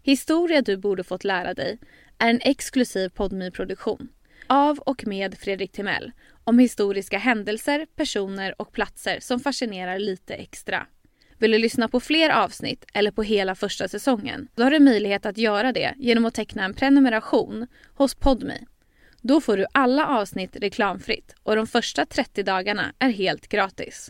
Historia du borde fått lära dig är en exklusiv Podme-produktion av och med Fredrik Timell om historiska händelser, personer och platser som fascinerar lite extra. Vill du lyssna på fler avsnitt eller på hela första säsongen? Då har du möjlighet att göra det genom att teckna en prenumeration hos Podme. Då får du alla avsnitt reklamfritt och de första 30 dagarna är helt gratis.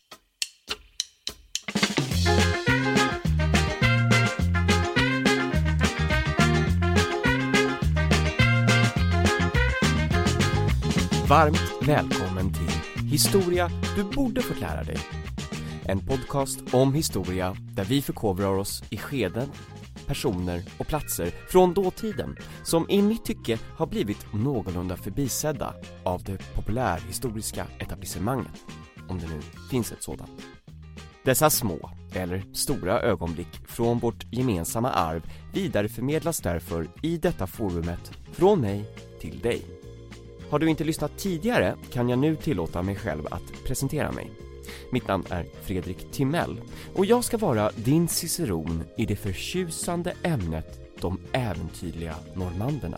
Varmt välkommen till Historia du borde fått lära dig. En podcast om historia där vi förkovrar oss i skeden, personer och platser från dåtiden som i mitt tycke har blivit någorlunda förbisedda av det populärhistoriska etablissemanget, om det nu finns ett sådant. Dessa små eller stora ögonblick från vårt gemensamma arv vidareförmedlas därför i detta forumet från mig till dig. Har du inte lyssnat tidigare kan jag nu tillåta mig själv att presentera mig. Mitt namn är Fredrik Timell och jag ska vara din ciceron i det förtjusande ämnet de äventyrliga normanderna.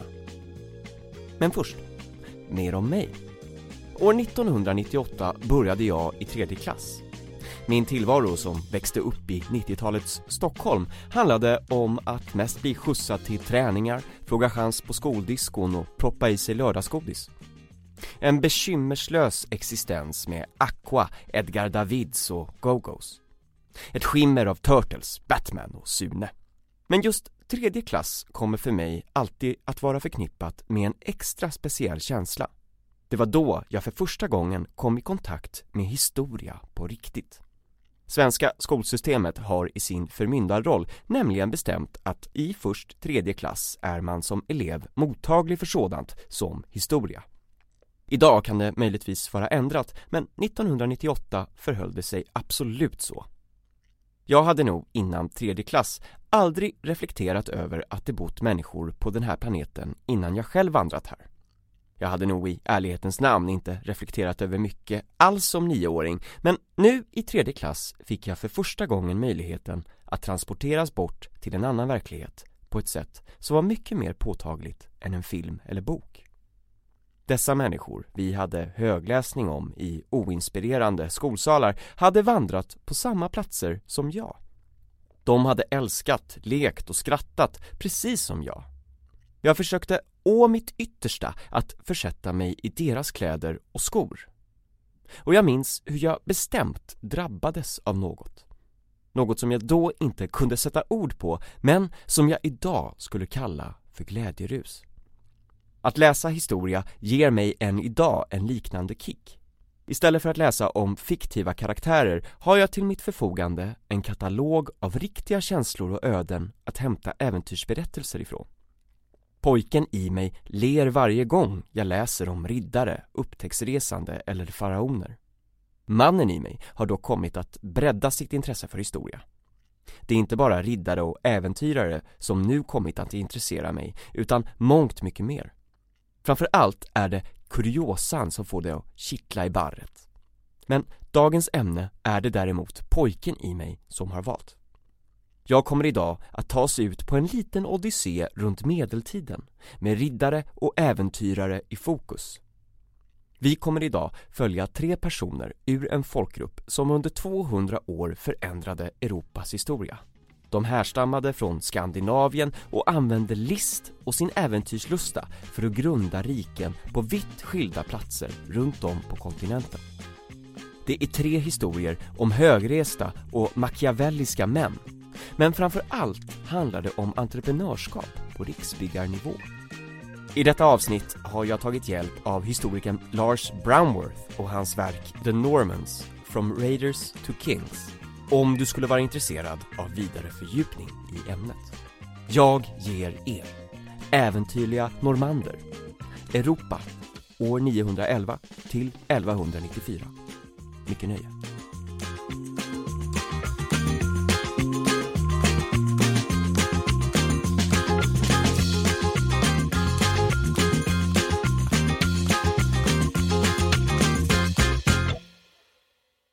Men först, mer om mig. År 1998 började jag i 3:e klass. Min tillvaro som växte upp i 90-talets Stockholm handlade om att mest bli skjutsad till träningar, fråga chans på skoldiskon och proppa i sig lördagsgodis. En bekymmerslös existens med Aqua, Edgar Davids och Go-Go's. Ett skimmer av Turtles, Batman och Sune. Men just 3:e klass kommer för mig alltid att vara förknippat med en extra speciell känsla. Det var då jag för första gången kom i kontakt med historia på riktigt. Svenska skolsystemet har i sin förmyndarroll nämligen bestämt att i först 3:e klass är man som elev mottaglig för sådant som historia. Idag kan det möjligtvis vara ändrat, men 1998 förhöll det sig absolut så. Jag hade nog innan 3:e klass aldrig reflekterat över att det bott människor på den här planeten innan jag själv vandrat här. Jag hade nog i ärlighetens namn inte reflekterat över mycket alls som 9-åring, men nu i 3:e klass fick jag för första gången möjligheten att transporteras bort till en annan verklighet på ett sätt som var mycket mer påtagligt än en film eller bok. Dessa människor vi hade högläsning om i oinspirerande skolsalar hade vandrat på samma platser som jag. De hade älskat, lekt och skrattat precis som jag. Jag försökte mitt yttersta att försätta mig i deras kläder och skor. Och jag minns hur jag bestämt drabbades av något. Något som jag då inte kunde sätta ord på, men som jag idag skulle kalla för glädjerus. Att läsa historia ger mig än idag en liknande kick. Istället för att läsa om fiktiva karaktärer har jag till mitt förfogande en katalog av riktiga känslor och öden att hämta äventyrsberättelser ifrån. Pojken i mig ler varje gång jag läser om riddare, upptäcktsresande eller faraoner. Mannen i mig har dock kommit att bredda sitt intresse för historia. Det är inte bara riddare och äventyrare som nu kommit att intressera mig, utan mångt mycket mer. Framför allt är det kuriosan som får det att kittla i barret. Men dagens ämne är det däremot pojken i mig som har valt. Jag kommer idag att ta sig ut på en liten odyssé runt medeltiden med riddare och äventyrare i fokus. Vi kommer idag följa 3 personer ur en folkgrupp som under 200 år förändrade Europas historia. De härstammade från Skandinavien och använde list och sin äventyrslusta för att grunda riken på vitt skilda platser runt om på kontinenten. Det är 3 historier om högresta och machiavelliska män. Men framför allt handlar det om entreprenörskap på riksbyggarnivå. I detta avsnitt har jag tagit hjälp av historikern Lars Brownworth och hans verk The Normans, From Raiders to Kings, om du skulle vara intresserad av vidare fördjupning i ämnet. Jag ger er äventyrliga normander, Europa, år 911 till 1194. Mycket nöje.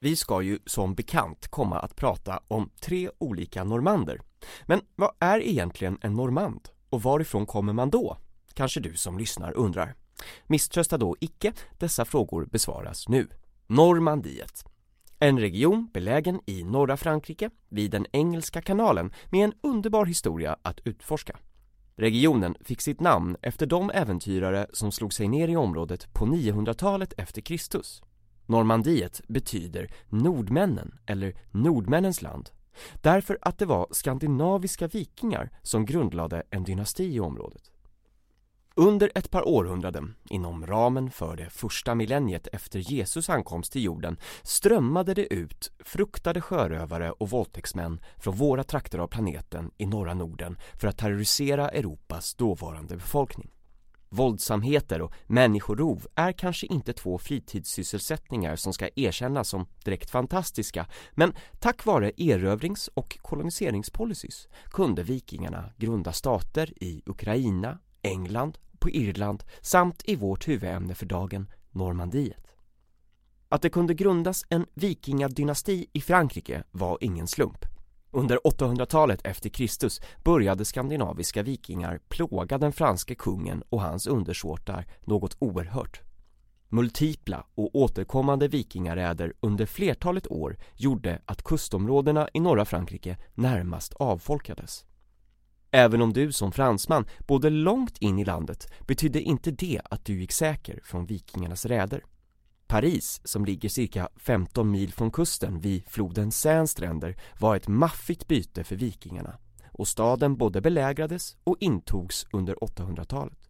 Vi ska ju som bekant komma att prata om 3 olika normander. Men vad är egentligen en normand? Och varifrån kommer man då? Kanske du som lyssnar undrar. Misströsta då icke, dessa frågor besvaras nu. Normandiet. En region belägen i norra Frankrike vid den engelska kanalen med en underbar historia att utforska. Regionen fick sitt namn efter de äventyrare som slog sig ner i området på 900-talet efter Kristus. Normandiet betyder Nordmännen eller Nordmännens land, därför att det var skandinaviska vikingar som grundlade en dynasti i området. Under ett par århundraden, inom ramen för det första millenniet efter Jesus ankomst till jorden, strömmade det ut fruktade sjörövare och våldtäktsmän från våra trakter av planeten i norra Norden för att terrorisera Europas dåvarande befolkning. Våldsamheter och människorov är kanske inte 2 fritidssysselsättningar som ska erkännas som direkt fantastiska, men tack vare erövrings- och koloniseringspolicys kunde vikingarna grunda stater i Ukraina, England, på Irland samt i vårt huvudämne för dagen, Normandiet. Att det kunde grundas en vikingadynasti i Frankrike var ingen slump. Under 800-talet efter Kristus började skandinaviska vikingar plåga den franske kungen och hans undersåtar något oerhört. Multipla och återkommande vikingaräder under flertalet år gjorde att kustområdena i norra Frankrike närmast avfolkades. Även om du som fransman bodde långt in i landet betydde inte det att du gick säker från vikingarnas räder. Paris, som ligger cirka 15 mil från kusten vid floden Seines stränder, var ett maffigt byte för vikingarna och staden både belägrades och intogs under 800-talet.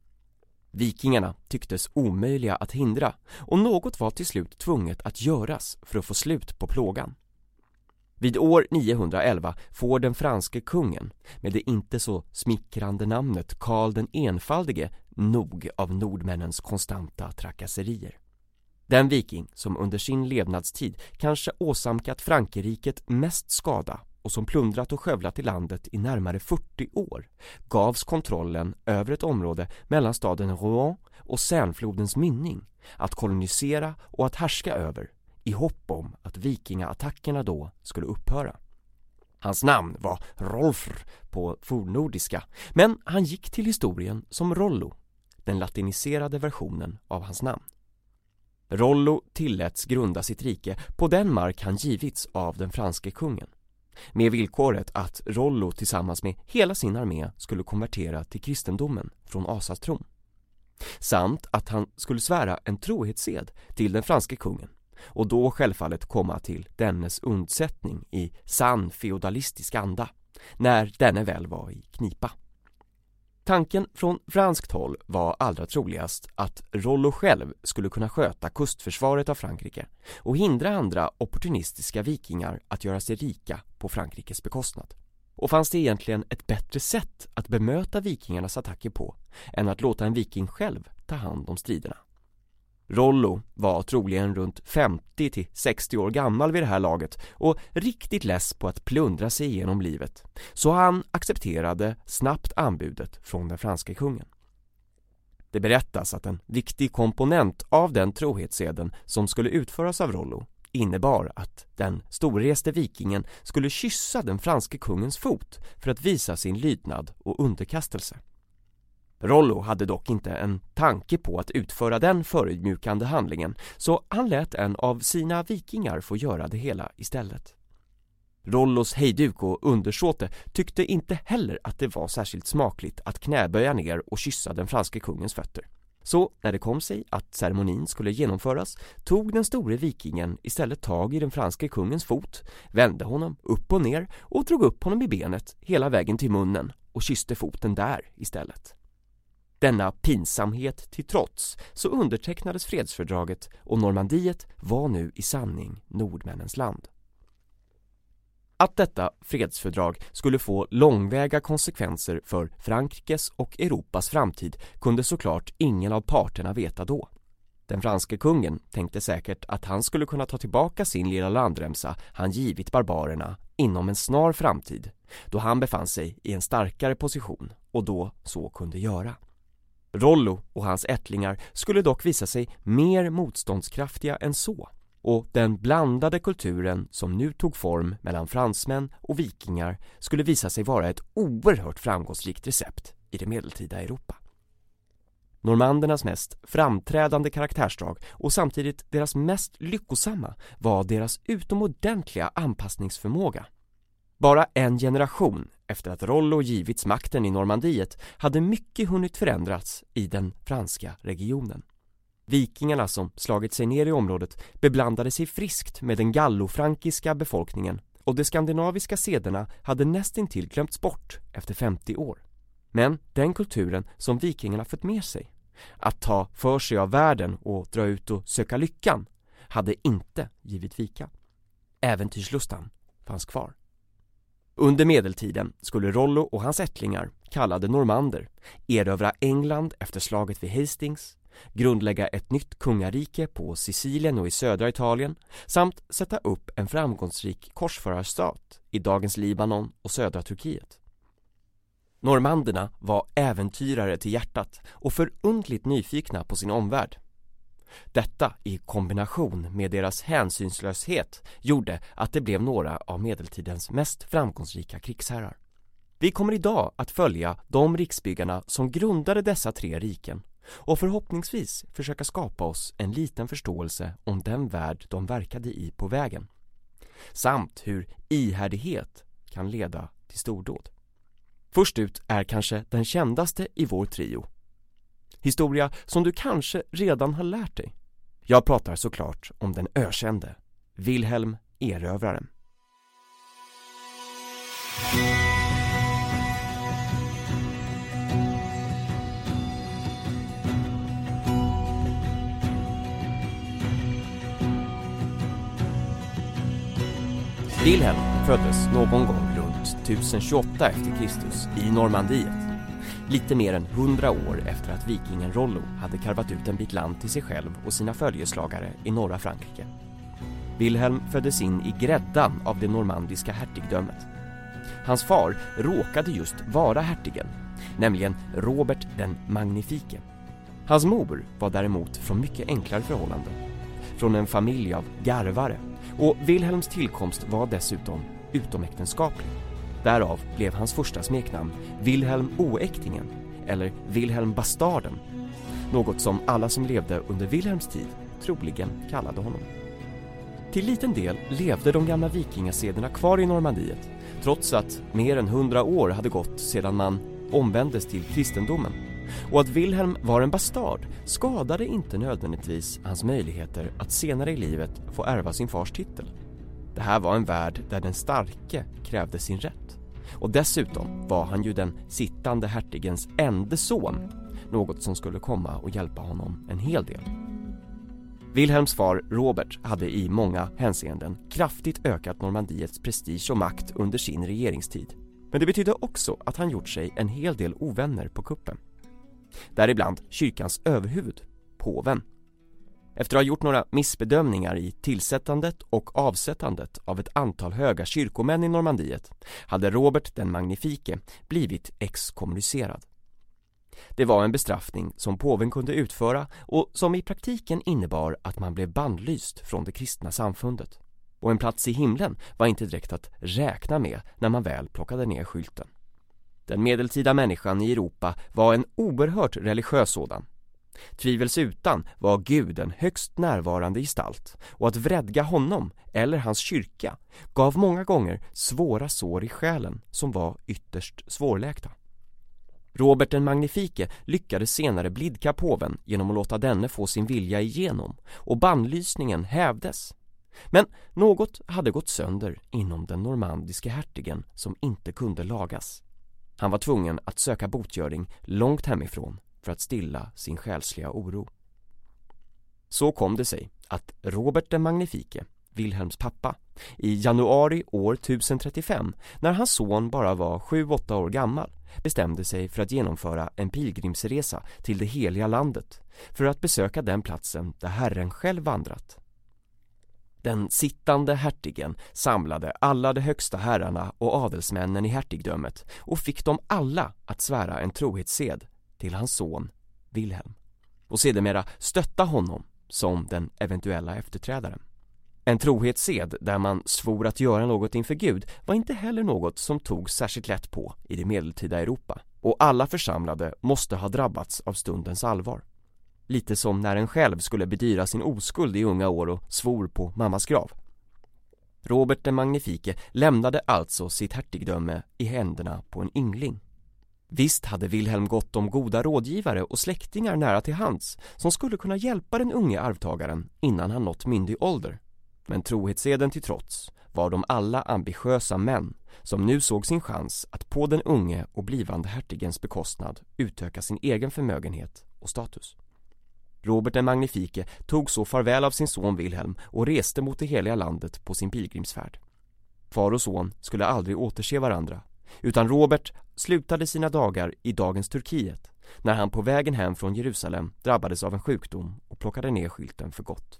Vikingarna tycktes omöjliga att hindra och något var till slut tvunget att göras för att få slut på plågan. Vid år 911 får den franske kungen med det inte så smickrande namnet Karl den enfaldige nog av nordmännens konstanta trakasserier. Den viking som under sin levnadstid kanske åsamkat Frankrike mest skada och som plundrat och skövlat i landet i närmare 40 år gavs kontrollen över ett område mellan staden Rouen och Seineflodens mynning att kolonisera och att härska över i hopp om att vikingaattackerna då skulle upphöra. Hans namn var Rolfr på fornnordiska, men han gick till historien som Rollo, den latiniserade versionen av hans namn. Rollo tilläts grunda sitt rike på den mark han givits av den franske kungen, med villkoret att Rollo tillsammans med hela sin armé skulle konvertera till kristendomen från asatron, samt att han skulle svära en trohetsed till den franske kungen och då självfallet komma till dennes undsättning i sann feodalistisk anda när denne väl var i knipa. Tanken från franskt håll var allra troligast att Rollo själv skulle kunna sköta kustförsvaret av Frankrike och hindra andra opportunistiska vikingar att göra sig rika på Frankrikes bekostnad. Och fanns det egentligen ett bättre sätt att bemöta vikingarnas attacker på än att låta en viking själv ta hand om striderna? Rollo var troligen runt 50-60 år gammal vid det här laget och riktigt less på att plundra sig igenom livet, så han accepterade snabbt anbudet från den franska kungen. Det berättas att en viktig komponent av den trohetseden som skulle utföras av Rollo innebar att den storreste vikingen skulle kyssa den franske kungens fot för att visa sin lydnad och underkastelse. Rollo hade dock inte en tanke på att utföra den förödmjukande handlingen, så han lät en av sina vikingar få göra det hela istället. Rollos hejduk och undersåte tyckte inte heller att det var särskilt smakligt att knäböja ner och kyssa den franske kungens fötter. Så när det kom sig att ceremonin skulle genomföras tog den store vikingen istället tag i den franske kungens fot, vände honom upp och ner och drog upp honom i benet hela vägen till munnen och kysste foten där istället. Denna pinsamhet till trots så undertecknades fredsfördraget och Normandiet var nu i sanning nordmännens land. Att detta fredsfördrag skulle få långväga konsekvenser för Frankrikes och Europas framtid kunde såklart ingen av parterna veta då. Den franske kungen tänkte säkert att han skulle kunna ta tillbaka sin lilla landremsa han givit barbarerna inom en snar framtid, då han befann sig i en starkare position och då så kunde göra. Rollo och hans ättlingar skulle dock visa sig mer motståndskraftiga än så och den blandade kulturen som nu tog form mellan fransmän och vikingar skulle visa sig vara ett oerhört framgångsrikt recept i det medeltida Europa. Normandernas mest framträdande karaktärsdrag och samtidigt deras mest lyckosamma var deras utomordentliga anpassningsförmåga. Bara en generation efter att Rollo givits makten i Normandiet hade mycket hunnit förändrats i den franska regionen. Vikingarna som slagit sig ner i området beblandade sig friskt med den gallofrankiska befolkningen och de skandinaviska sederna hade nästintill glömts bort efter 50 år. Men den kulturen som vikingarna fått med sig, att ta för sig av världen och dra ut och söka lyckan, hade inte givit vika. Äventyrslustan fanns kvar. Under medeltiden skulle Rollo och hans ättlingar, kallade normander, erövra England efter slaget vid Hastings, grundlägga ett nytt kungarike på Sicilien och i södra Italien samt sätta upp en framgångsrik korsförarstat i dagens Libanon och södra Turkiet. Normanderna var äventyrare till hjärtat och förundligt nyfikna på sin omvärld. Detta i kombination med deras hänsynslöshet gjorde att det blev några av medeltidens mest framgångsrika krigsherrar. Vi kommer idag att följa de riksbyggarna som grundade dessa 3 riken och förhoppningsvis försöka skapa oss en liten förståelse om den värld de verkade i på vägen, samt hur ihärdighet kan leda till stordåd. Först ut är kanske den kändaste i vår trio. Historia som du kanske redan har lärt dig. Jag pratar såklart om den ökände Wilhelm Erövraren. Wilhelm föddes någon gång runt 1028 efter Kristus i Normandiet. Lite mer än 100 år efter att vikingen Rollo hade karvat ut en bit land till sig själv och sina följeslagare i norra Frankrike. Wilhelm föddes in i gräddan av det normandiska hertigdömet. Hans far råkade just vara hertigen, nämligen Robert den Magnifike. Hans mor var däremot från mycket enklare förhållanden, från en familj av garvare, och Wilhelms tillkomst var dessutom utomäktenskaplig. Därav blev hans första smeknamn Wilhelm Oäktingen eller Wilhelm Bastarden, något som alla som levde under Wilhelms tid troligen kallade honom. Till liten del levde de gamla vikingasederna kvar i Normandiet, trots att mer än 100 år hade gått sedan man omvändes till kristendomen. Och att Wilhelm var en bastard skadade inte nödvändigtvis hans möjligheter att senare i livet få ärva sin fars titel. Det här var en värld där den starke krävde sin rätt. Och dessutom var han ju den sittande hertigens enda son, något som skulle komma och hjälpa honom en hel del. Wilhelms far Robert hade i många hänseenden kraftigt ökat Normandiets prestige och makt under sin regeringstid. Men det betydde också att han gjort sig en hel del ovänner på kuppen. Däribland kyrkans överhuvud, påven. Efter att ha gjort några missbedömningar i tillsättandet och avsättandet av ett antal höga kyrkomän i Normandiet hade Robert den Magnifike blivit exkommunicerad. Det var en bestraffning som påven kunde utföra och som i praktiken innebar att man blev bannlyst från det kristna samfundet. Och en plats i himlen var inte direkt att räkna med när man väl plockade ner skylten. Den medeltida människan i Europa var en oerhört religiös sådan. Tvivelsutan var Gud en högst närvarande gestalt, och att vredga honom eller hans kyrka gav många gånger svåra sår i själen som var ytterst svårläkta. Robert den Magnifike lyckades senare blidka påven genom att låta denne få sin vilja igenom, och bannlysningen hävdes. Men något hade gått sönder inom den normandiska hertigen som inte kunde lagas. Han var tvungen att söka botgöring långt hemifrån för att stilla sin själsliga oro. Så kom det sig att Robert den Magnifike, Wilhelms pappa, i januari år 1035, när hans son bara var 7-8 år gammal, bestämde sig för att genomföra en pilgrimsresa till det heliga landet för att besöka den platsen där Herren själv vandrat. Den sittande hertigen samlade alla de högsta herrarna och adelsmännen i hertigdömet och fick dem alla att svära en trohetssed till hans son Wilhelm och sedermera stötta honom som den eventuella efterträdaren. En trohetssed där man svor att göra något inför Gud var inte heller något som tog särskilt lätt på i det medeltida Europa, och alla församlade måste ha drabbats av stundens allvar. Lite som när en själv skulle bedyra sin oskuld i unga år och svor på mammas grav. Robert den Magnifike lämnade alltså sitt hertigdöme i händerna på en yngling. Visst hade Wilhelm gott om goda rådgivare och släktingar nära till hands som skulle kunna hjälpa den unge arvtagaren innan han nått myndig ålder. Men trohetsseden till trots var de alla ambitiösa män som nu såg sin chans att på den unge och blivande hertigens bekostnad utöka sin egen förmögenhet och status. Robert den Magnifike tog så farväl av sin son Wilhelm och reste mot det heliga landet på sin pilgrimsfärd. Far och son skulle aldrig återse varandra, utan Robert slutade sina dagar i dagens Turkiet när han på vägen hem från Jerusalem drabbades av en sjukdom och plockade ner skylten för gott.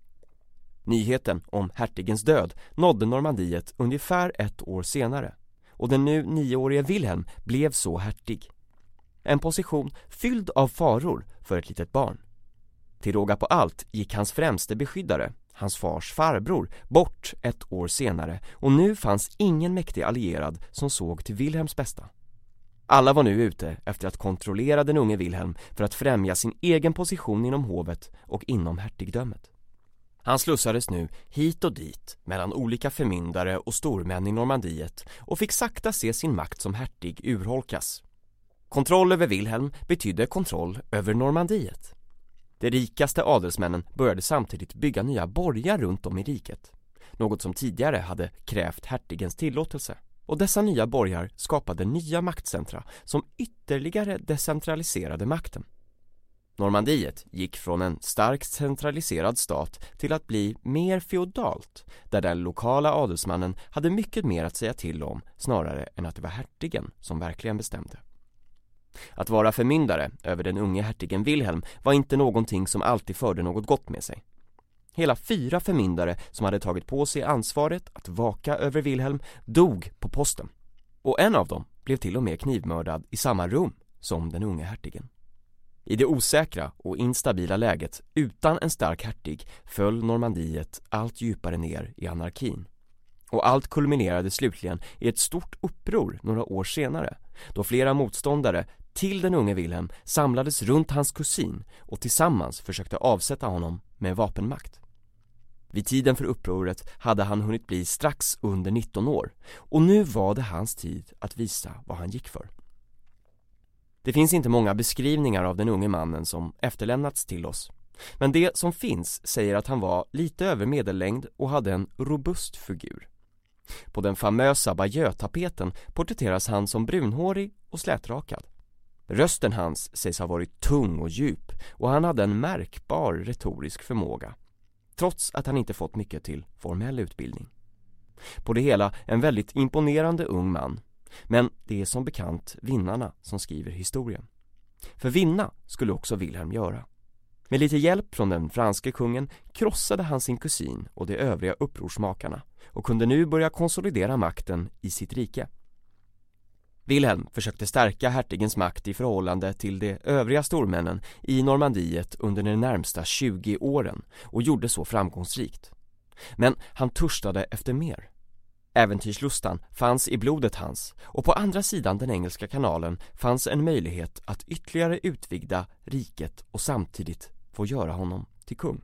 Nyheten om hertigens död nådde Normandiet ungefär 1 år senare, och den nu 9-årige Wilhelm blev så hertig. En position fylld av faror för ett litet barn. Till råga på allt gick hans främste beskyddare, hans fars farbror, bort 1 år senare, och nu fanns ingen mäktig allierad som såg till Wilhelms bästa. Alla var nu ute efter att kontrollera den unge Wilhelm för att främja sin egen position inom hovet och inom hertigdömet. Han slussades nu hit och dit mellan olika förmyndare och stormän i Normandiet och fick sakta se sin makt som hertig urholkas. Kontroll över Wilhelm betydde kontroll över Normandiet. De rikaste adelsmännen började samtidigt bygga nya borgar runt om i riket, något som tidigare hade krävt hertigens tillåtelse. Och dessa nya borgar skapade nya maktcentra som ytterligare decentraliserade makten. Normandiet gick från en starkt centraliserad stat till att bli mer feodalt, där den lokala adelsmannen hade mycket mer att säga till om snarare än att det var hertigen som verkligen bestämde. Att vara förmyndare över den unge hertigen Wilhelm var inte någonting som alltid förde något gott med sig. Hela 4 förmyndare som hade tagit på sig ansvaret att vaka över Wilhelm dog på posten, och en av dem blev till och med knivmördad i samma rum som den unge hertigen. I det osäkra och instabila läget utan en stark hertig föll Normandiet allt djupare ner i anarkin. Och allt kulminerade slutligen i ett stort uppror några år senare, då flera motståndare till den unge Wilhelm samlades runt hans kusin och tillsammans försökte avsätta honom med vapenmakt. Vid tiden för upproret hade han hunnit bli strax under 19 år, och nu var det hans tid att visa vad han gick för. Det finns inte många beskrivningar av den unge mannen som efterlämnats till oss, men det som finns säger att han var lite över medellängd och hade en robust figur. På den famösa Bayeux-tapeten porträtteras han som brunhårig och slätrakad. Rösten hans sägs ha varit tung och djup, och han hade en märkbar retorisk förmåga, trots att han inte fått mycket till formell utbildning. På det hela en väldigt imponerande ung man, men det är som bekant vinnarna som skriver historien. För vinna skulle också Wilhelm göra. Med lite hjälp från den franske kungen krossade han sin kusin och de övriga upprorsmakarna och kunde nu börja konsolidera makten i sitt rike. Wilhelm försökte stärka hertigens makt i förhållande till de övriga stormännen i Normandiet under de närmsta 20 åren och gjorde så framgångsrikt. Men han törstade efter mer. Äventyrslustan fanns i blodet hans, och på andra sidan den engelska kanalen fanns en möjlighet att ytterligare utvidga riket och samtidigt få göra honom till kung.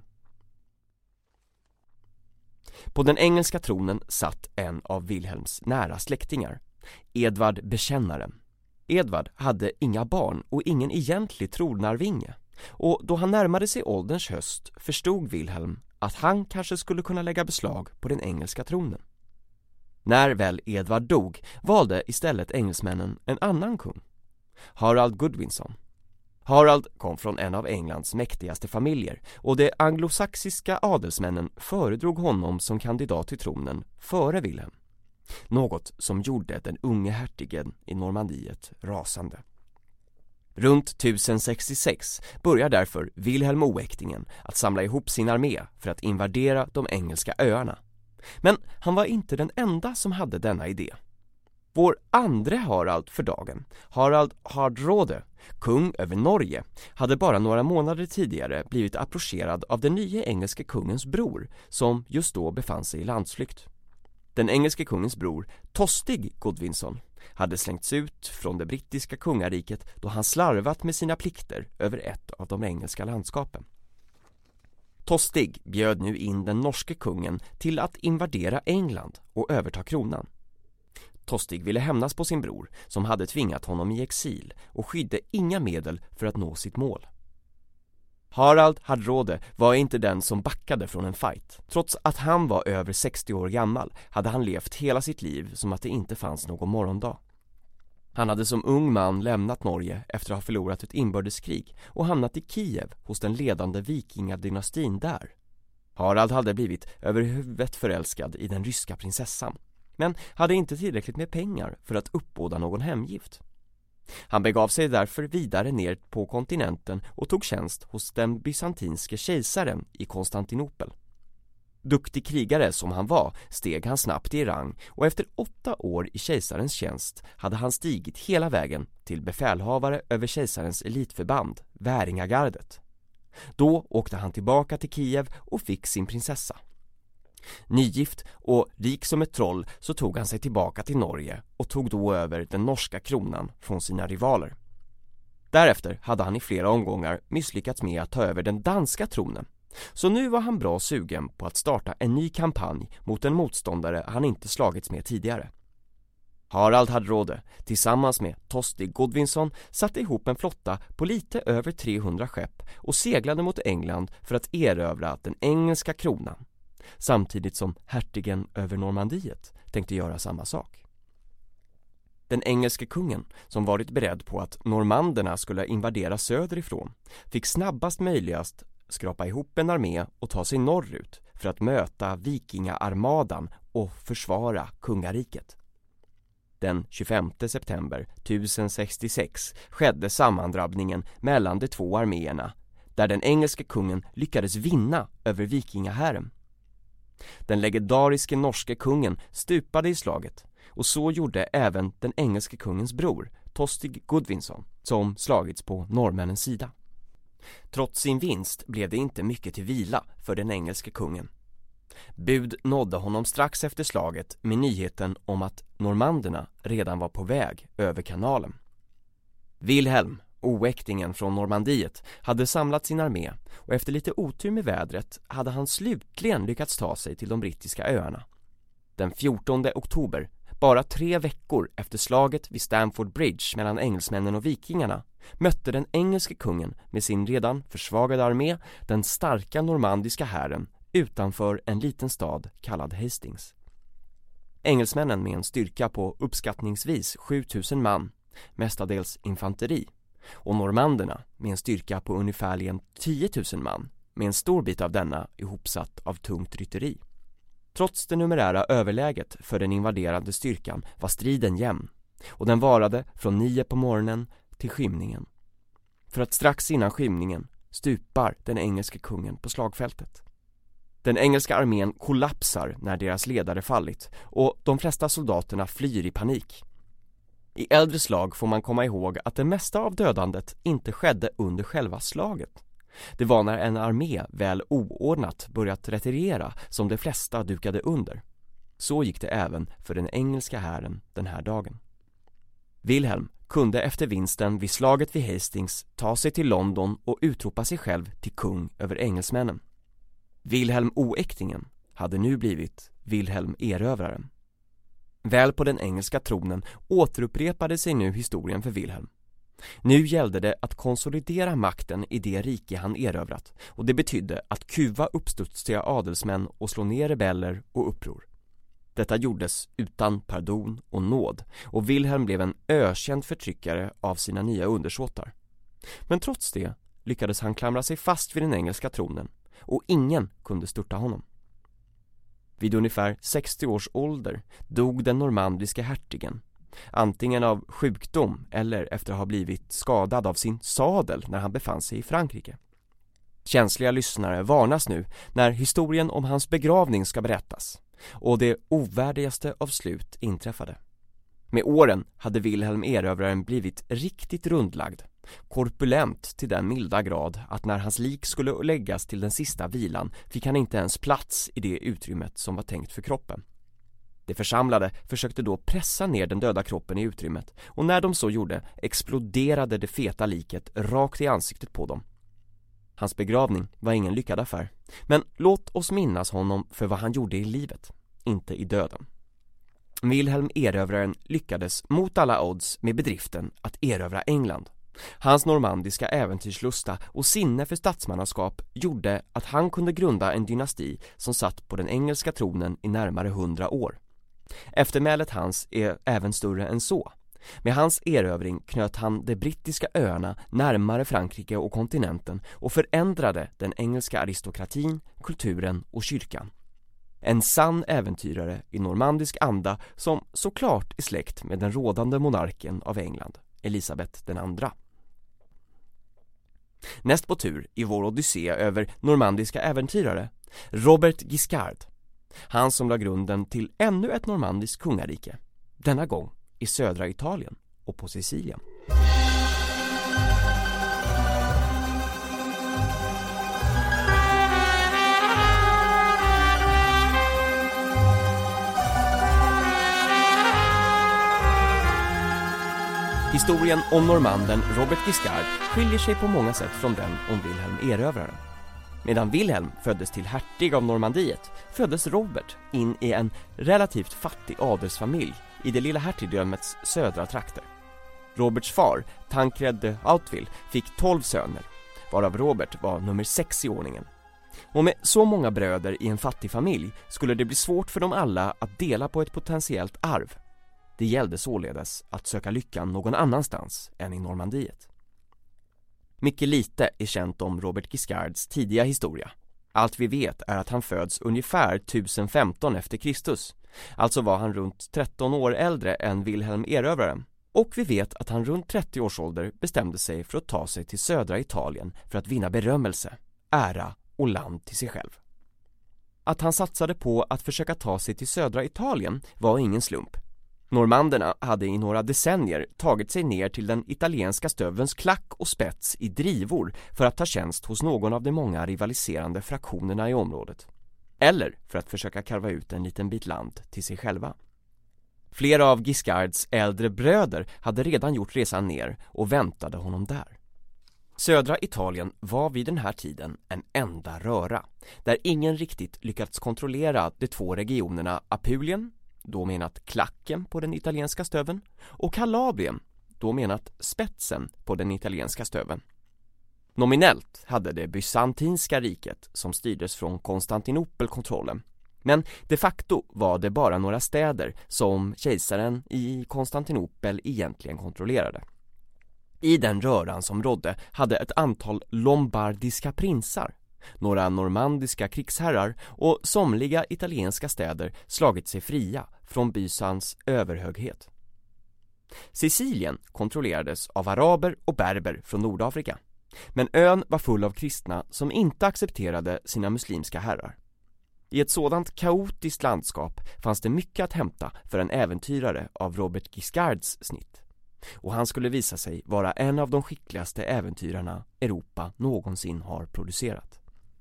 På den engelska tronen satt en av Wilhelms nära släktingar, Edvard Bekännaren. Edvard hade inga barn och ingen egentlig tronarvinge, och då han närmade sig ålderns höst förstod Wilhelm att han kanske skulle kunna lägga beslag på den engelska tronen. När väl Edvard dog valde istället engelsmännen en annan kung, Harald Godwinson. Harald kom från en av Englands mäktigaste familjer, och de anglosaxiska adelsmännen föredrog honom som kandidat till tronen före Wilhelm. Något som gjorde den unge hertigen i Normandiet rasande. Runt 1066 börjar därför Wilhelm Oäktingen att samla ihop sin armé för att invadera de engelska öarna. Men han var inte den enda som hade denna idé. Vår andra Harald för dagen, Harald Hardrade, kung över Norge, hade bara några månader tidigare blivit approcherad av den nya engelske kungens bror som just då befann sig i landsflykt. Den engelske kungens bror, Tostig Godwinson, hade slängts ut från det brittiska kungariket då han slarvat med sina plikter över ett av de engelska landskapen. Tostig bjöd nu in den norske kungen till att invadera England och överta kronan. Tostig ville hämnas på sin bror som hade tvingat honom i exil och skydde inga medel för att nå sitt mål. Harald Hardrade var inte den som backade från en fight. Trots att han var över 60 år gammal hade han levt hela sitt liv som att det inte fanns någon morgondag. Han hade som ung man lämnat Norge efter att ha förlorat ett inbördeskrig och hamnat i Kiev hos den ledande vikingadynastin där. Harald hade blivit över huvudet förälskad i den ryska prinsessan, men hade inte tillräckligt med pengar för att uppbåda någon hemgift. Han begav sig därför vidare ner på kontinenten och tog tjänst hos den bysantinske kejsaren i Konstantinopel. Duktig krigare som han var steg han snabbt i rang och efter 8 år i kejsarens tjänst hade han stigit hela vägen till befälhavare över kejsarens elitförband, Väringagardet. Då åkte han tillbaka till Kiev och fick sin prinsessa. Nygift och rik som ett troll så tog han sig tillbaka till Norge och tog då över den norska kronan från sina rivaler. Därefter hade han i flera omgångar misslyckats med att ta över den danska tronen. Så nu var han bra sugen på att starta en ny kampanj mot en motståndare han inte slagits med tidigare. Harald Hardrade tillsammans med Tostig Godwinson satte ihop en flotta på lite över 300 skepp och seglade mot England för att erövra den engelska kronan. Samtidigt som hertigen över Normandiet tänkte göra samma sak. Den engelske kungen, som varit beredd på att normanderna skulle invadera söderifrån, fick snabbast möjligast skrapa ihop en armé och ta sig norrut för att möta vikingaarmadan och försvara kungariket. Den 25 september 1066 skedde sammandrabbningen mellan de två arméerna, där den engelske kungen lyckades vinna över vikingahären. Den legendariske norske kungen stupade i slaget och så gjorde även den engelske kungens bror, Tostig Godwinson, som slagits på norrmännens sida. Trots sin vinst blev det inte mycket till vila för den engelske kungen. Bud nådde honom strax efter slaget med nyheten om att normanderna redan var på väg över kanalen. Wilhelm, oäktingen från Normandiet, hade samlat sin armé och efter lite otur med vädret hade han slutligen lyckats ta sig till de brittiska öarna. Den 14 oktober, bara 3 veckor efter slaget vid Stamford Bridge mellan engelsmännen och vikingarna, mötte den engelske kungen med sin redan försvagade armé den starka normandiska hären utanför en liten stad kallad Hastings. Engelsmännen med en styrka på uppskattningsvis 7000 man, mestadels infanteri, och normanderna med en styrka på ungefärligen 10 000 man, med en stor bit av denna ihopsatt av tungt rytteri. Trots det numerära överläget för den invaderande styrkan var striden jämn, och den varade från 9 på morgonen till skymningen. För att strax innan skymningen stupar den engelske kungen på slagfältet. Den engelska armén kollapsar när deras ledare fallit och de flesta soldaterna flyr i panik. I äldre slag får man komma ihåg att det mesta av dödandet inte skedde under själva slaget. Det var när en armé väl oordnat börjat retirera som de flesta dukade under. Så gick det även för den engelska hären den här dagen. Wilhelm kunde efter vinsten vid slaget vid Hastings ta sig till London och utropa sig själv till kung över engelsmännen. Wilhelm oäktingen hade nu blivit Wilhelm erövraren. Väl på den engelska tronen återupprepade sig nu historien för Wilhelm. Nu gällde det att konsolidera makten i det rike han erövrat, och det betydde att kuva uppstudsiga adelsmän och slå ner rebeller och uppror. Detta gjordes utan pardon och nåd, och Wilhelm blev en ökänd förtryckare av sina nya undersåtar. Men trots det lyckades han klamra sig fast vid den engelska tronen, och ingen kunde störta honom. Vid ungefär 60 års ålder dog den normandiska hertigen, antingen av sjukdom eller efter att ha blivit skadad av sin sadel när han befann sig i Frankrike. Känsliga lyssnare varnas nu när historien om hans begravning ska berättas, och det ovärdigaste av slut inträffade. Med åren hade Wilhelm Erövraren blivit riktigt rundlagd, korpulent till den milda grad att när hans lik skulle läggas till den sista vilan fick han inte ens plats i det utrymmet som var tänkt för kroppen. De församlade försökte då pressa ner den döda kroppen i utrymmet, och när de så gjorde exploderade det feta liket rakt i ansiktet på dem. Hans begravning var ingen lyckad affär, men låt oss minnas honom för vad han gjorde i livet, inte i döden. Wilhelm Erövraren lyckades mot alla odds med bedriften att erövra England. Hans normandiska äventyrslusta och sinne för statsmannaskap gjorde att han kunde grunda en dynasti som satt på den engelska tronen i närmare 100 år. Eftermälet hans är även större än så. Med hans erövring knöt han de brittiska öarna närmare Frankrike och kontinenten och förändrade den engelska aristokratin, kulturen och kyrkan. En sann äventyrare i normandisk anda som såklart är släkt med den rådande monarken av England, Elisabeth II. Näst på tur i vår odyssé över normandiska äventyrare, Robert Guiscard. Han som la grunden till ännu ett normandiskt kungarike, denna gång i södra Italien och på Sicilien. Historien om normanden Robert Guiscard skiljer sig på många sätt från den om Wilhelm Erövraren. Medan Wilhelm föddes till hertig av Normandiet föddes Robert in i en relativt fattig adelsfamilj i det lilla hertigdömets södra trakter. Roberts far, Tancred de Hauteville, fick 12 söner, varav Robert var nummer 6 i ordningen. Och med så många bröder i en fattig familj skulle det bli svårt för dem alla att dela på ett potentiellt arv. Det gällde således att söka lyckan någon annanstans än i Normandiet. Mycket lite är känt om Robert Guiscards tidiga historia. Allt vi vet är att han föds ungefär 1015 efter Kristus. Alltså var han runt 13 år äldre än Wilhelm Erövraren. Och vi vet att han runt 30 års ålder bestämde sig för att ta sig till södra Italien för att vinna berömmelse, ära och land till sig själv. Att han satsade på att försöka ta sig till södra Italien var ingen slump. Normanderna hade i några decennier tagit sig ner till den italienska stövens klack och spets i drivor för att ta tjänst hos någon av de många rivaliserande fraktionerna i området. Eller för att försöka karva ut en liten bit land till sig själva. Flera av Guiscards äldre bröder hade redan gjort resan ner och väntade honom där. Södra Italien var vid den här tiden en enda röra, där ingen riktigt lyckats kontrollera de två regionerna Apulien, då menat klacken på den italienska stöven, och Kalabrien, då menat spetsen på den italienska stöven. Nominellt hade det bysantinska riket som styrdes från Konstantinopel kontrollen, men de facto var det bara några städer som kejsaren i Konstantinopel egentligen kontrollerade. I den röran som rådde hade ett antal lombardiska prinsar, några normandiska krigsherrar och somliga italienska städer slagit sig fria från Bysans överhöghet. Sicilien kontrollerades av araber och berber från Nordafrika, men ön var full av kristna som inte accepterade sina muslimska herrar. I ett sådant kaotiskt landskap fanns det mycket att hämta för en äventyrare av Robert Guiscards snitt. Och han skulle visa sig vara en av de skickligaste äventyrarna Europa någonsin har producerat.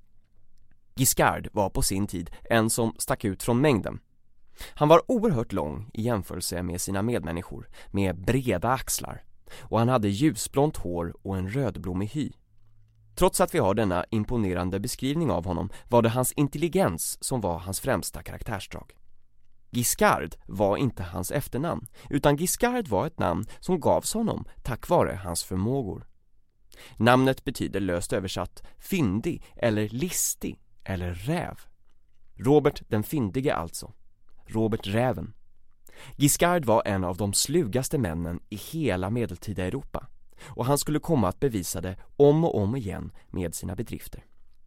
Guiscard var på sin tid en som stack ut från mängden. Han var oerhört lång i jämförelse med sina medmänniskor, med breda axlar, och han hade ljusblont hår och en rödblommig hy. Trots att vi har denna imponerande beskrivning av honom var det hans intelligens som var hans främsta karaktärsdrag. Guiscard var inte hans efternamn, utan Guiscard var ett namn som gavs honom tack vare hans förmågor. Namnet betyder löst översatt fyndig eller listig eller räv. Robert den fyndige alltså. Robert Räven. Guiscard var en av de slugaste männen i hela medeltida Europa, och han skulle komma att bevisa det om och om igen med sina bedrifter.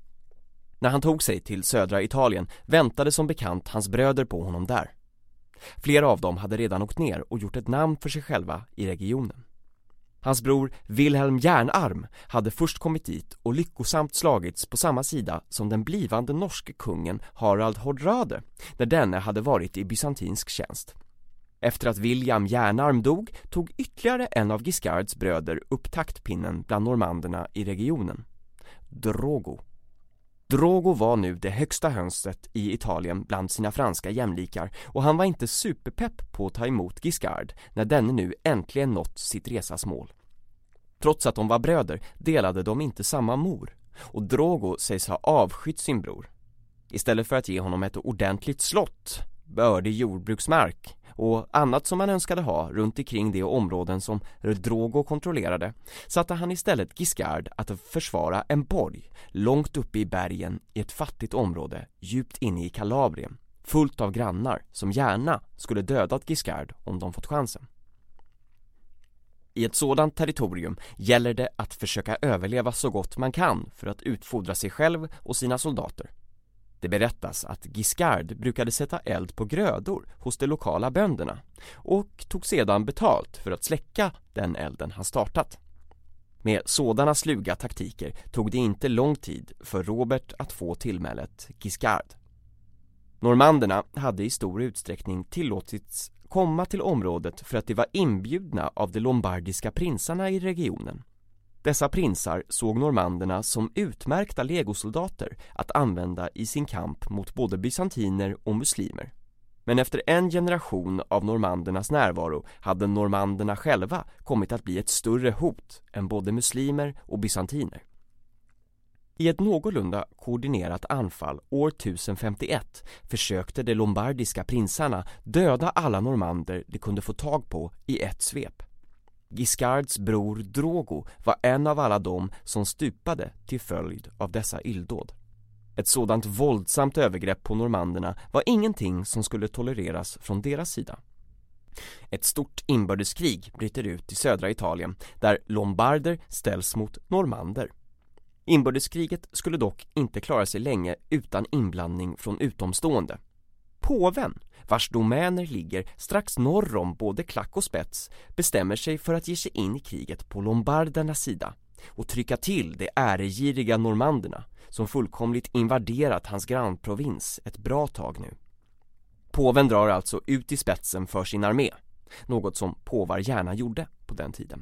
När han tog sig till södra Italien väntade som bekant hans bröder på honom där. Flera av dem hade redan åkt ner och gjort ett namn för sig själva i regionen. Hans bror Wilhelm Järnarm hade först kommit dit och lyckosamt slagits på samma sida som den blivande norske kungen Harald Hårdrade, när denne hade varit i bysantinsk tjänst. Efter att William Järnarm dog tog ytterligare en av Guiscards bröder upp taktpinnen bland normanderna i regionen. Drogo. Drogo var nu det högsta hönset i Italien bland sina franska jämlikar och han var inte superpepp på att ta emot Guiscard när denne nu äntligen nått sitt resas mål. Trots att de var bröder delade de inte samma mor och Drogo sägs ha avskytt sin bror. Istället för att ge honom ett ordentligt slott, bördig jordbruksmark och annat som han önskade ha runt omkring de områden som Drogo kontrollerade, satte han istället Guiscard att försvara en borg långt uppe i bergen i ett fattigt område djupt inne i Kalabrien, fullt av grannar som gärna skulle dödat Guiscard om de fått chansen. I ett sådant territorium gäller det att försöka överleva så gott man kan för att utfodra sig själv och sina soldater. Det berättas att Guiscard brukade sätta eld på grödor hos de lokala bönderna och tog sedan betalt för att släcka den elden han startat. Med sådana sluga taktiker tog det inte lång tid för Robert att få tillmälet Guiscard. Normanderna hade i stor utsträckning tillåtits komma till området för att de var inbjudna av de lombardiska prinsarna i regionen. Dessa prinsar såg normanderna som utmärkta legosoldater att använda i sin kamp mot både bysantiner och muslimer. Men efter en generation av normandernas närvaro hade normanderna själva kommit att bli ett större hot än både muslimer och bysantiner. I ett någorlunda koordinerat anfall år 1051 försökte de lombardiska prinsarna döda alla normander de kunde få tag på i ett svep. Guiscards bror Drogo var en av alla dem som stupade till följd av dessa illdåd. Ett sådant våldsamt övergrepp på normanderna var ingenting som skulle tolereras från deras sida. Ett stort inbördeskrig bryter ut i södra Italien där lombarder ställs mot normander. Inbördeskriget skulle dock inte klara sig länge utan inblandning från utomstående. Påven, vars domäner ligger strax norr om både klack och spets, bestämmer sig för att ge sig in i kriget på lombardernas sida och trycka till de äregiriga normanderna som fullkomligt invaderat hans grannprovins ett bra tag nu. Påven drar alltså ut i spetsen för sin armé, något som påvar gärna gjorde på den tiden.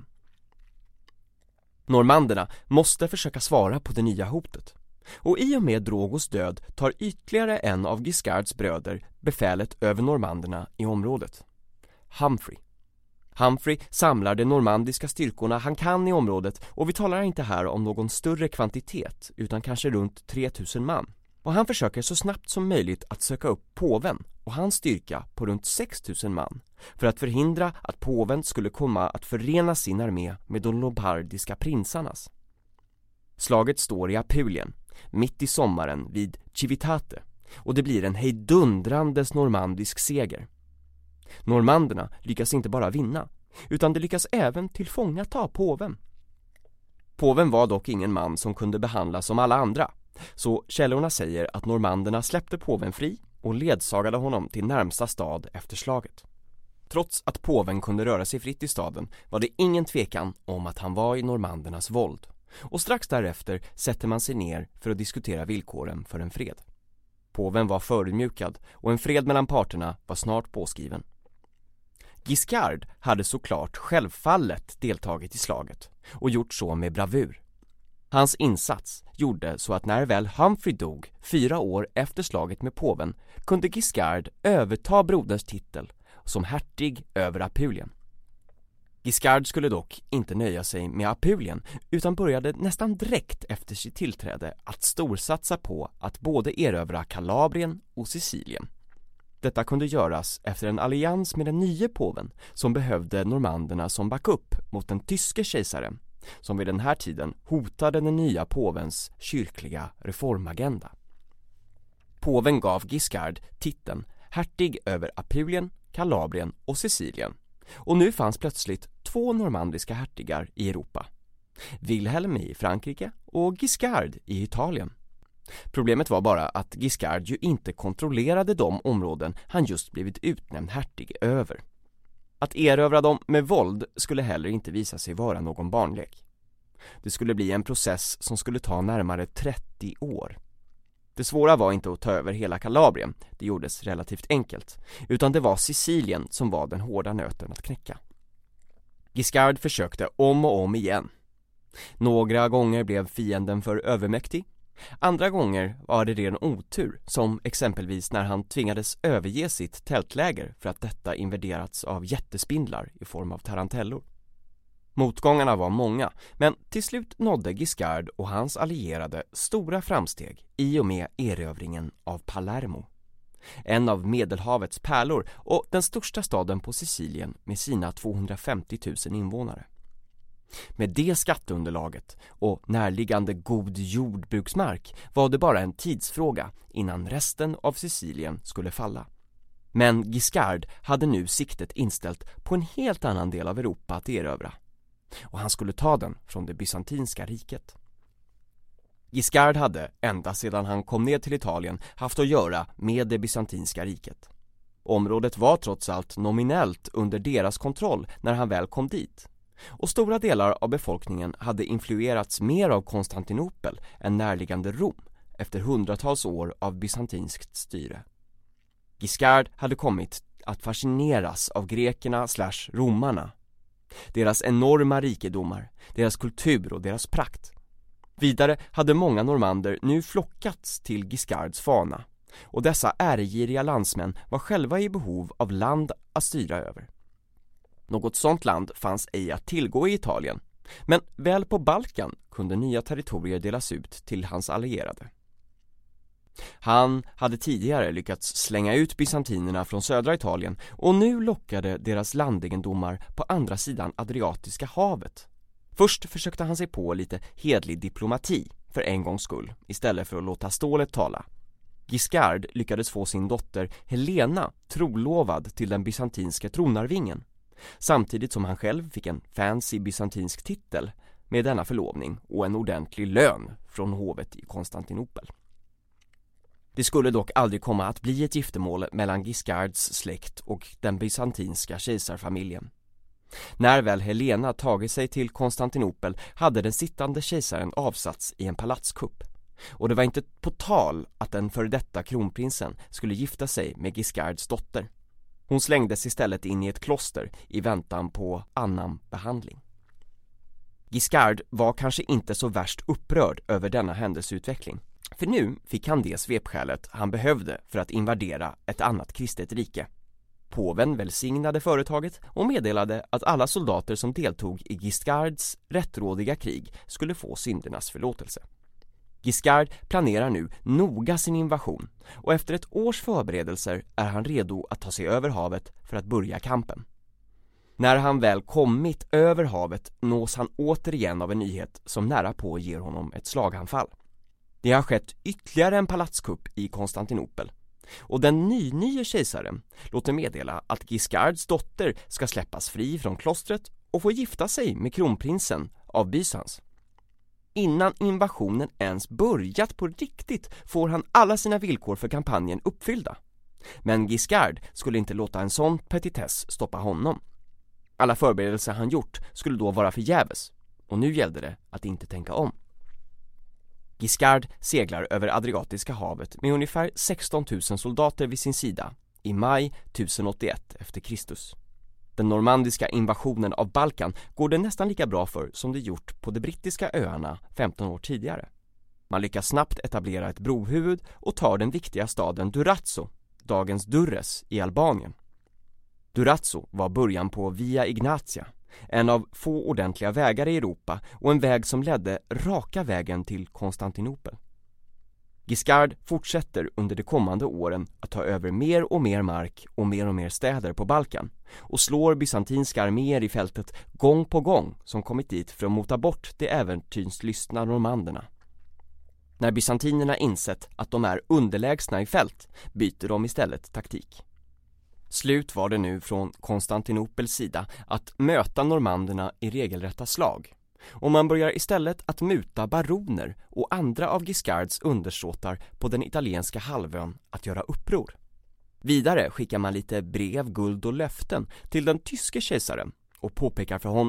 Normanderna måste försöka svara på det nya hotet. Och i och med Drogos död tar ytterligare en av Guiscards bröder befälet över normanderna i området. Humphrey. Humphrey samlar de normandiska styrkorna han kan i området och vi talar inte här om någon större kvantitet utan kanske runt 3000 man. Och han försöker så snabbt som möjligt att söka upp påven och hans styrka på runt 6000 man för att förhindra att påven skulle komma att förena sin armé med de lombardiska prinsarnas. Slaget står i Apulien, mitt i sommaren vid Civitate och det blir en hejdundrandes normandisk seger. Normanderna lyckas inte bara vinna utan de lyckas även tillfångata påven. Påven var dock ingen man som kunde behandlas som alla andra. Så källorna säger att normanderna släppte påven fri och ledsagade honom till närmsta stad efter slaget. Trots att påven kunde röra sig fritt i staden var det ingen tvekan om att han var i normandernas våld. Och strax därefter sätter man sig ner för att diskutera villkoren för en fred. Påven var förödmjukad och en fred mellan parterna var snart påskriven. Guiscard hade såklart självfallet deltagit i slaget och gjort så med bravur. Hans insats gjorde så att när väl Humphrey dog 4 år efter slaget med påven kunde Guiscard överta broderns titel som hertig över Apulien. Guiscard skulle dock inte nöja sig med Apulien utan började nästan direkt efter sitt tillträde att storsatsa på att både erövra Kalabrien och Sicilien. Detta kunde göras efter en allians med den nya påven som behövde normanderna som backup mot den tyske kejsaren som vid den här tiden hotade den nya påvens kyrkliga reformagenda. Påven gav Guiscard titeln hertig över Apulien, Kalabrien och Sicilien. Och nu fanns plötsligt 2 normandiska hertigar i Europa. Wilhelm i Frankrike och Guiscard i Italien. Problemet var bara att Guiscard ju inte kontrollerade de områden han just blivit utnämnd hertig över. Att erövra dem med våld skulle heller inte visa sig vara någon barnlek. Det skulle bli en process som skulle ta närmare 30 år. Det svåra var inte att ta över hela Kalabrien, det gjordes relativt enkelt, utan det var Sicilien som var den hårda nöten att knäcka. Guiscard försökte om och om igen. Några gånger blev fienden för övermäktig, andra gånger var det ren otur, som exempelvis när han tvingades överge sitt tältläger för att detta invaderats av jättespindlar i form av tarantellor. Motgångarna var många, men till slut nådde Guiscard och hans allierade stora framsteg i och med erövringen av Palermo. En av Medelhavets pärlor och den största staden på Sicilien med sina 250 000 invånare. Med det skatteunderlaget och närliggande god jordbruksmark var det bara en tidsfråga innan resten av Sicilien skulle falla. Men Guiscard hade nu siktet inställt på en helt annan del av Europa att erövra. Och han skulle ta den från det bysantinska riket. Guiscard hade, ända sedan han kom ner till Italien, haft att göra med det bysantinska riket. Området var trots allt nominellt under deras kontroll när han väl kom dit. Och stora delar av befolkningen hade influerats mer av Konstantinopel än närliggande Rom efter hundratals år av bysantinskt styre. Guiscard hade kommit att fascineras av grekerna/romarna, deras enorma rikedomar, deras kultur och deras prakt. Vidare hade många normander nu flockats till Guiscards fana, och dessa ärgiriga landsmän var själva i behov av land att styra över. Något sådant land fanns ej att tillgå i Italien, men väl på Balkan kunde nya territorier delas ut till hans allierade. Han hade tidigare lyckats slänga ut bysantinerna från södra Italien, och nu lockade deras landegendomar på andra sidan Adriatiska havet. Först försökte han sig på lite hedlig diplomati för en gångs skull, istället för att låta stålet tala. Guiscard lyckades få sin dotter Helena trolovad till den bysantinska tronarvingen, samtidigt som han själv fick en fancy bysantinsk titel med denna förlovning och en ordentlig lön från hovet i Konstantinopel. Det skulle dock aldrig komma att bli ett giftermål mellan Guiscards släkt och den bysantinska kejsarfamiljen. När väl Helena tagit sig till Konstantinopel hade den sittande kejsaren avsatts i en palatskupp, och det var inte på tal att den före detta kronprinsen skulle gifta sig med Guiscards dotter. Hon slängdes istället in i ett kloster i väntan på annan behandling. Guiscard var kanske inte så värst upprörd över denna händelseutveckling, för nu fick han det svepskälet han behövde för att invadera ett annat kristet rike. Påven välsignade företaget och meddelade att alla soldater som deltog i Guiscards rättrådiga krig skulle få syndernas förlåtelse. Guiscard planerar nu noga sin invasion, och efter ett års förberedelser är han redo att ta sig över havet för att börja kampen. När han väl kommit över havet nås han återigen av en nyhet som nära på ger honom ett slaganfall. Det har skett ytterligare en palatskupp i Konstantinopel, och den nye kejsaren låter meddela att Guiscards dotter ska släppas fri från klostret och få gifta sig med kronprinsen av Bysans. Innan invasionen ens börjat på riktigt får han alla sina villkor för kampanjen uppfyllda. Men Guiscard skulle inte låta en sån petitess stoppa honom. Alla förberedelser han gjort skulle då vara förgäves, och nu gällde det att inte tänka om. Guiscard seglar över Adriatiska havet med ungefär 16 000 soldater vid sin sida i maj 1081 efter Kristus. Den normandiska invasionen av Balkan går det nästan lika bra för som det gjort på de brittiska öarna 15 år tidigare. Man lyckas snabbt etablera ett brohuvud och tar den viktiga staden Durazzo, dagens Durres i Albanien. Durazzo var början på Via Ignatia, en av få ordentliga vägar i Europa och en väg som ledde raka vägen till Konstantinopel. Guiscard fortsätter under de kommande åren att ta över mer och mer mark och mer städer på Balkan och slår bysantinska arméer i fältet gång på gång som kommit dit för att mota bort de äventyrslystna normanderna. När bysantinerna insett att de är underlägsna i fält byter de istället taktik. Slut var det nu från Konstantinopels sida att möta normanderna i regelrätta slag, och man börjar istället att muta baroner och andra av Guiscards undersåtar på den italienska halvön att göra uppror. Vidare skickar man lite brev, guld och löften till den tyske kejsaren och påpekar för honom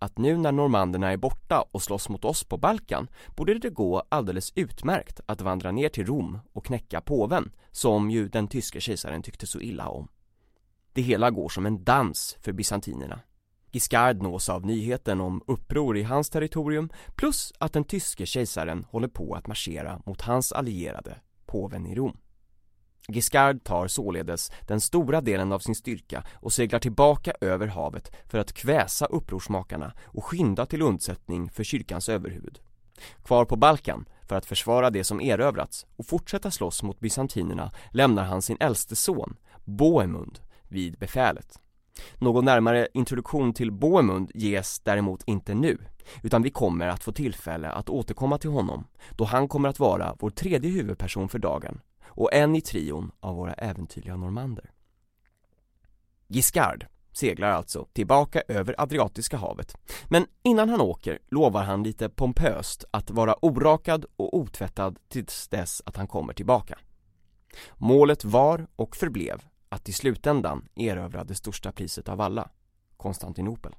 att nu när normanderna är borta och slåss mot oss på Balkan borde det gå alldeles utmärkt att vandra ner till Rom och knäcka påven, som ju den tyske kejsaren tyckte så illa om. Det hela går som en dans för bysantinerna. Guiscard nås av nyheten om uppror i hans territorium, plus att den tyske kejsaren håller på att marschera mot hans allierade, påven i Rom. Guiscard tar således den stora delen av sin styrka och seglar tillbaka över havet för att kväsa upprorsmakarna och skynda till undsättning för kyrkans överhuvud. Kvar på Balkan, för att försvara det som erövrats och fortsätta slåss mot bysantinerna, lämnar han sin äldste son, Bohemund, vid befälet. Någon närmare introduktion till Bohemund ges däremot inte nu, utan vi kommer att få tillfälle att återkomma till honom, då han kommer att vara vår tredje huvudperson för dagen och en i trion av våra äventyrliga normander. Guiscard seglar alltså tillbaka över Adriatiska havet, men innan han åker lovar han lite pompöst att vara orakad och otvättad tills dess att han kommer tillbaka. Målet var och förblev att i slutändan erövra det största priset av alla, Konstantinopel.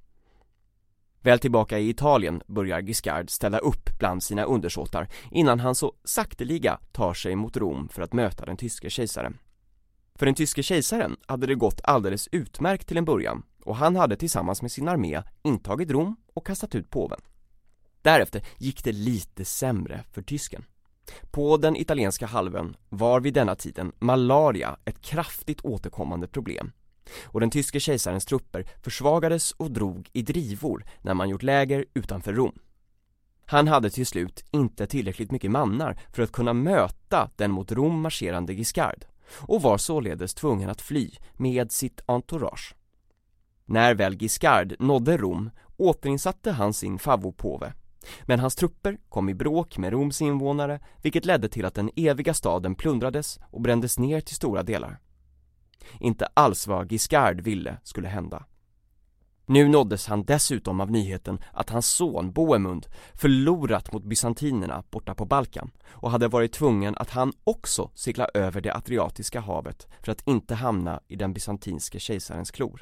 Väl tillbaka i Italien börjar Guiscard ställa upp bland sina undersåtar innan han så sakteliga tar sig mot Rom för att möta den tyske kejsaren. För den tyske kejsaren hade det gått alldeles utmärkt till en början och han hade tillsammans med sin armé intagit Rom och kastat ut påven. Därefter gick det lite sämre för tysken. På den italienska halvön var vid denna tiden malaria ett kraftigt återkommande problem. Och den tyske kejsarens trupper försvagades och drog i drivor när man gjort läger utanför Rom. Han hade till slut inte tillräckligt mycket mannar för att kunna möta den mot Rom marscherande Guiscard och var således tvungen att fly med sitt entourage. När väl Guiscard nådde Rom återinsatte han sin favopåve. Men hans trupper kom i bråk med Roms invånare, vilket ledde till att den eviga staden plundrades och brändes ner till stora delar. Inte alls vad Guiscard ville skulle hända. Nu nåddes han dessutom av nyheten att hans son Bohemund förlorat mot bysantinerna borta på Balkan och hade varit tvungen att han också segla över det Adriatiska havet för att inte hamna i den bysantinske kejsarens klor.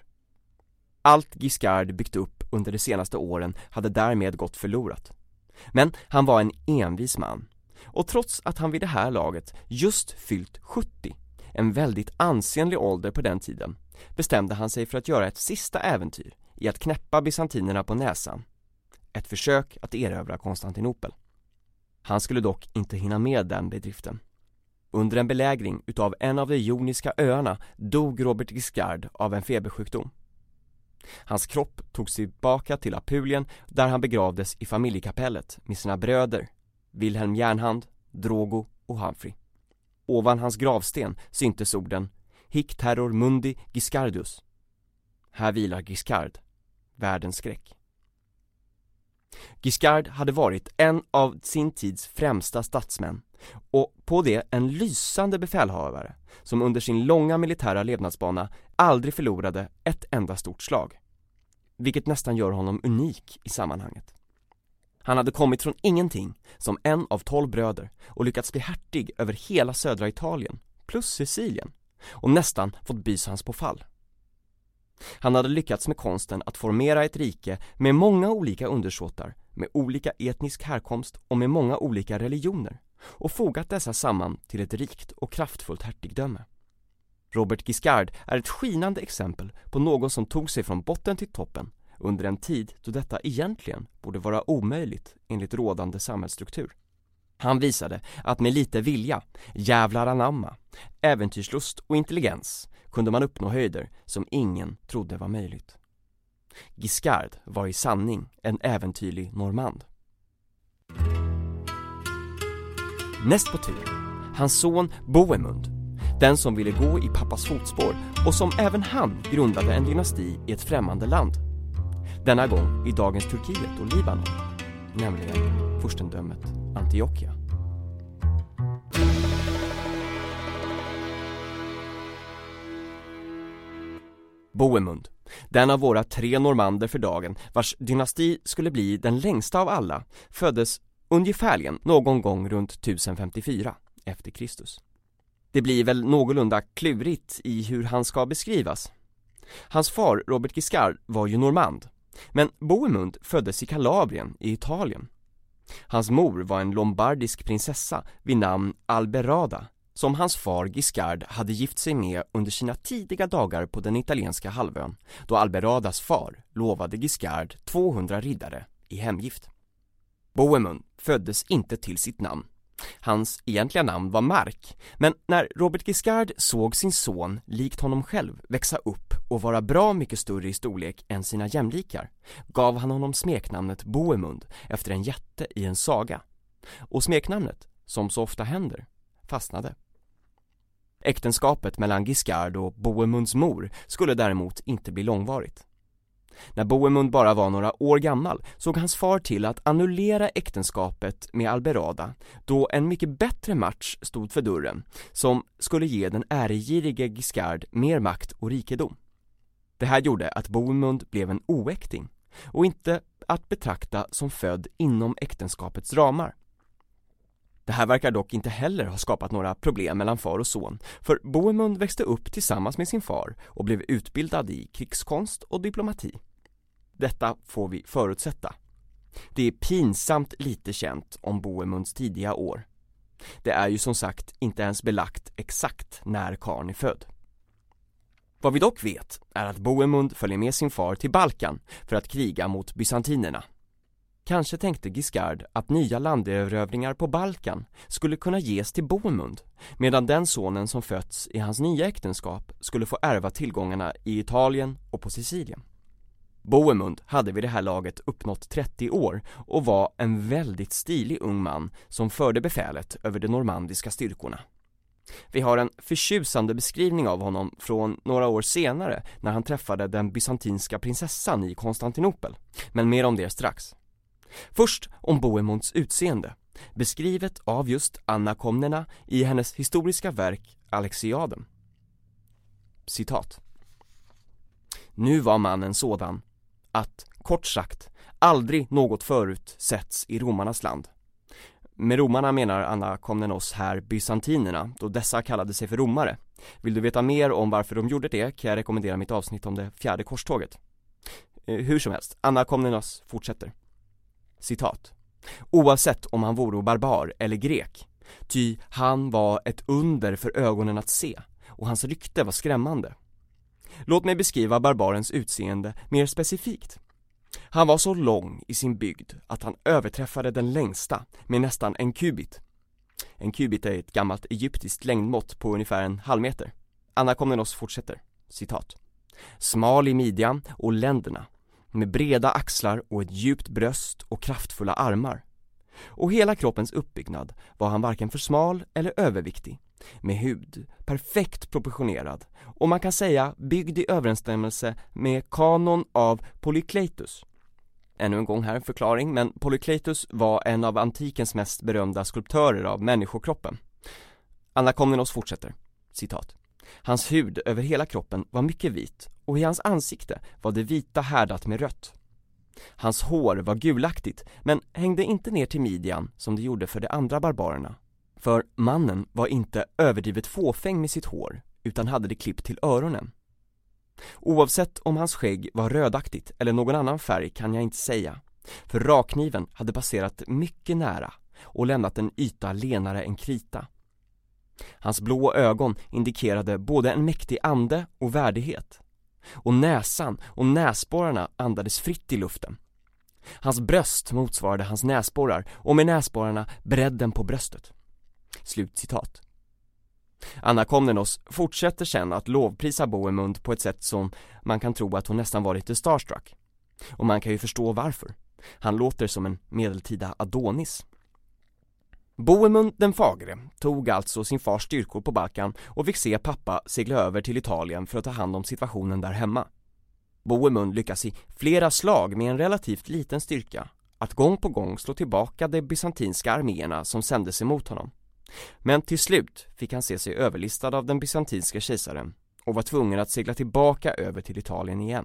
Allt Guiscard byggt upp under de senaste åren hade därmed gått förlorat. Men han var en envis man, och trots att han vid det här laget just fyllt 70, en väldigt ansenlig ålder på den tiden, bestämde han sig för att göra ett sista äventyr i att knäppa bysantinerna på näsan. Ett försök att erövra Konstantinopel. Han skulle dock inte hinna med den bedriften. Under en belägring utav en av de Joniska öarna dog Robert Guiscard av en febersjukdom. Hans kropp togs tillbaka till Apulien där han begravdes i familjekapellet med sina bröder Wilhelm Järnhand, Drogo och Humphrey. Ovan hans gravsten syntes orden Hic terror mundi Guiscardus. Här vilar Guiscard, världens skräck. Guiscard hade varit en av sin tids främsta statsmän och på det en lysande befälhavare som under sin långa militära levnadsbana aldrig förlorade ett enda stort slag, vilket nästan gör honom unik i sammanhanget. Han hade kommit från ingenting som en av 12 bröder och lyckats bli hertig över hela södra Italien plus Sicilien och nästan fått Bysans på fall. Han hade lyckats med konsten att formera ett rike med många olika undersåtar, med olika etnisk härkomst och med många olika religioner och fogat dessa samman till ett rikt och kraftfullt hertigdöme. Robert Guiscard är ett skinande exempel på någon som tog sig från botten till toppen under en tid då detta egentligen borde vara omöjligt enligt rådande samhällsstruktur. Han visade att med lite vilja, jävlar anamma, äventyrslust och intelligens kunde man uppnå höjder som ingen trodde var möjligt. Guiscard var i sanning en äventyrlig normand. Näst på tur, hans son Bohemund, den som ville gå i pappas fotspår och som även han grundade en dynasti i ett främmande land. Denna gång i dagens Turkiet och Libanon, nämligen furstendömet Antiochia. Bohemund, den av våra 3 normander för dagen, vars dynasti skulle bli den längsta av alla, föddes ungefärligen någon gång runt 1054 efter Kristus. Det blir väl någorlunda klurigt i hur han ska beskrivas. Hans far Robert Guiscard var ju normand, Men Bohemund föddes i Kalabrien i Italien. Hans mor var en lombardisk prinsessa vid namn Alberada, som hans far Guiscard hade gift sig med under sina tidiga dagar på den italienska halvön, då Alberadas far lovade Guiscard 200 riddare i hemgift. Bohemund föddes inte till sitt namn. Hans egentliga namn var Mark, men när Robert Guiscard såg sin son likt honom själv växa upp och vara bra mycket större i storlek än sina jämlikar, gav han honom smeknamnet Bohemund efter en jätte i en saga. Och smeknamnet, som så ofta händer, fastnade. Äktenskapet mellan Guiscard och Bohemunds mor skulle däremot inte bli långvarigt. När Bohemund bara var några år gammal såg hans far till att annullera äktenskapet med Alberada, då en mycket bättre match stod för dörren som skulle ge den äregirige Guiscard mer makt och rikedom. Det här gjorde att Bohemund blev en oäkting och inte att betrakta som född inom äktenskapets ramar. Det här verkar dock inte heller ha skapat några problem mellan far och son, för Bohemund växte upp tillsammans med sin far och blev utbildad i krigskonst och diplomati. Detta får vi förutsätta. Det är pinsamt lite känt om Bohemunds tidiga år. Det är ju som sagt inte ens belagt exakt när karln är född. Vad vi dock vet är att Bohemund följer med sin far till Balkan för att kriga mot bysantinerna. Kanske tänkte Guiscard att nya landerövringar på Balkan skulle kunna ges till Bohemund, medan den sonen som fötts i hans nya äktenskap skulle få ärva tillgångarna i Italien och på Sicilien. Bohemund hade vid det här laget uppnått 30 år och var en väldigt stilig ung man som förde befälet över de normandiska styrkorna. Vi har en förtjusande beskrivning av honom från några år senare när han träffade den bysantinska prinsessan i Konstantinopel, men mer om det strax. Först om Bohemunds utseende, beskrivet av just Anna Komnena i hennes historiska verk Alexiaden. Citat. Nu var mannen sådan att, kort sagt, aldrig något förut setts i romarnas land. Med romarna menar Anna Komnenos här bysantinerna, då dessa kallade sig för romare. Vill du veta mer om varför de gjorde det kan jag rekommendera mitt avsnitt om det fjärde korståget. Hur som helst, Anna Komnenos fortsätter. Citat. Oavsett om han vore barbar eller grek, ty han var ett under för ögonen att se, och hans rykte var skrämmande. Låt mig beskriva barbarens utseende mer specifikt. Han var så lång i sin bygd att han överträffade den längsta med nästan en kubit. En kubit är ett gammalt egyptiskt längdmått på ungefär en halv meter. Anna Komnenos fortsätter. Citat. Smal i midjan och länderna, med breda axlar och ett djupt bröst och kraftfulla armar. Och hela kroppens uppbyggnad var han varken för smal eller överviktig, med hud perfekt proportionerad och man kan säga byggd i överensstämmelse med kanon av Polykleitos. Ännu en gång här en förklaring, men Polykleitos var en av antikens mest berömda skulptörer av människokroppen. Anna Komnenos fortsätter, citat. Hans hud över hela kroppen var mycket vit och i hans ansikte var det vita härdat med rött. Hans hår var gulaktigt men hängde inte ner till midjan som det gjorde för de andra barbarerna. För mannen var inte överdrivet fåfäng med sitt hår utan hade det klippt till öronen. Oavsett om hans skägg var rödaktigt eller någon annan färg kan jag inte säga, för rakkniven hade passerat mycket nära och lämnat en yta lenare än krita. Hans blå ögon indikerade både en mäktig ande och värdighet. Och näsan och näsborrarna andades fritt i luften. Hans bröst motsvarade hans näsborrar och med näsborrarna bredden på bröstet. Slut citat. Anna Komnenos fortsätter sen att lovprisa Bohemund på ett sätt som man kan tro att hon nästan var lite starstruck. Och man kan ju förstå varför. Han låter som en medeltida Adonis. Bohemund den fagre tog alltså sin fars styrkor på Balkan och fick se pappa segla över till Italien för att ta hand om situationen där hemma. Bohemund lyckas i flera slag med en relativt liten styrka att gång på gång slå tillbaka de bysantinska arméerna som sändes emot honom. Men till slut fick han se sig överlistad av den bysantinska kejsaren och var tvungen att segla tillbaka över till Italien igen.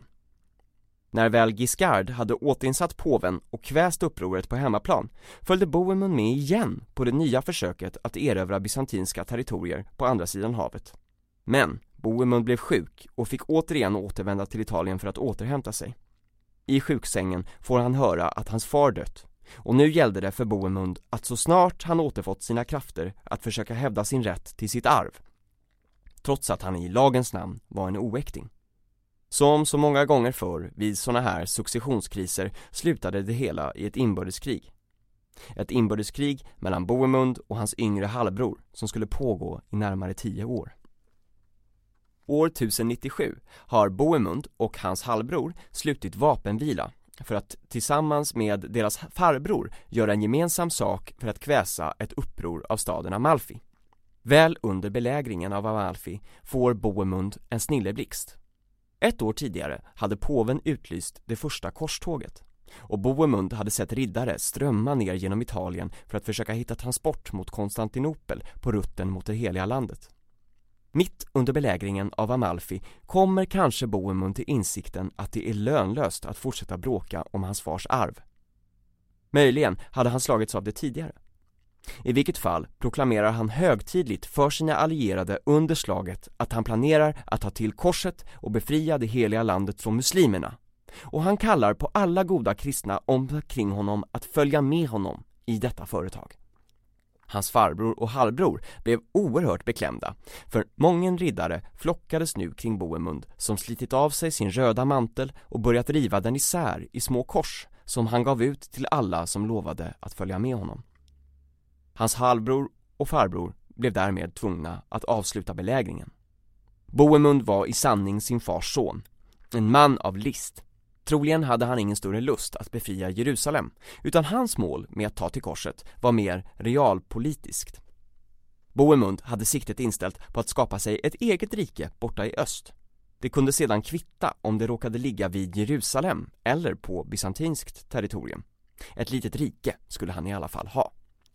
När väl Guiscard hade återinsatt påven och kväst upproret på hemmaplan följde Bohemund med igen på det nya försöket att erövra bysantinska territorier på andra sidan havet. Men Bohemund blev sjuk och fick återigen återvända till Italien för att återhämta sig. I sjuksängen får han höra att hans far dött, och nu gällde det för Bohemund att så snart han återfått sina krafter att försöka hävda sin rätt till sitt arv, trots att han i lagens namn var en oäkting. Som så många gånger förr vid såna här successionskriser slutade det hela i ett inbördeskrig. Ett inbördeskrig mellan Bohemund och hans yngre halvbror som skulle pågå i närmare 10 år. År 1097 har Bohemund och hans halvbror slutit vapenvila för att tillsammans med deras farbror göra en gemensam sak för att kväsa ett uppror av staden Amalfi. Väl under belägringen av Amalfi får Bohemund en snilleblixt. 1 år tidigare hade påven utlyst det första korståget, och Bohemund hade sett riddare strömma ner genom Italien för att försöka hitta transport mot Konstantinopel på rutten mot det heliga landet. Mitt under belägringen av Amalfi kommer kanske Bohemund till insikten att det är lönlöst att fortsätta bråka om hans fars arv. Möjligen hade han slagits av det tidigare. I vilket fall proklamerar han högtidligt för sina allierade under slaget att han planerar att ta till korset och befria det heliga landet från muslimerna. Och han kallar på alla goda kristna omkring honom att följa med honom i detta företag. Hans farbror och halvbror blev oerhört beklämda, för mången riddare flockades nu kring Bohemund som slitit av sig sin röda mantel och börjat riva den isär i små kors som han gav ut till alla som lovade att följa med honom. Hans halvbror och farbror blev därmed tvungna att avsluta belägringen. Bohemund var i sanning sin fars son, en man av list. Troligen hade han ingen större lust att befria Jerusalem, utan hans mål med att ta till korset var mer realpolitiskt. Bohemund hade siktet inställt på att skapa sig ett eget rike borta i öst. Det kunde sedan kvitta om det råkade ligga vid Jerusalem eller på bysantinskt territorium. Ett litet rike skulle han i alla fall ha.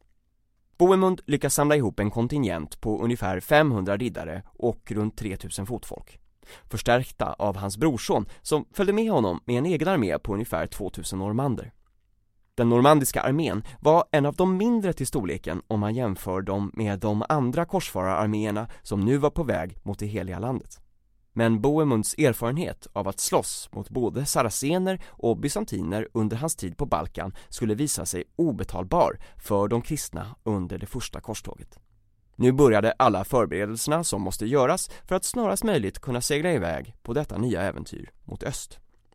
Bohemund lyckas samla ihop en kontingent på ungefär 500 riddare och runt 3000 fotfolk. Förstärkta av hans brorson som följde med honom med en egen armé på ungefär 2000 normander. Den normandiska armén var en av de mindre till storleken om man jämför dem med de andra korsfarararméerna som nu var på väg mot det heliga landet. Men Bohemunds erfarenhet av att slåss mot både saracener och bysantiner under hans tid på Balkan skulle visa sig obetalbar för de kristna under det första korståget. Nu började alla förberedelserna som måste göras för att snarast möjligt kunna segla iväg på detta nya äventyr mot öst.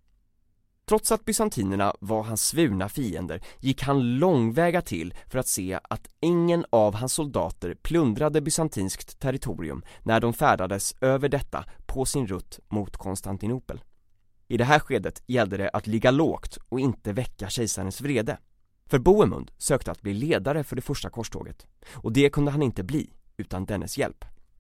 Trots att bysantinerna var hans svurna fiender gick han långväga till för att se att ingen av hans soldater plundrade bysantinskt territorium när de färdades över detta på sin rutt mot Konstantinopel. I det här skedet gällde det att ligga lågt och inte väcka kejsarens vrede. För Bohemund sökte att bli ledare för det första korståget, och det kunde han inte bli utan dennes hjälp.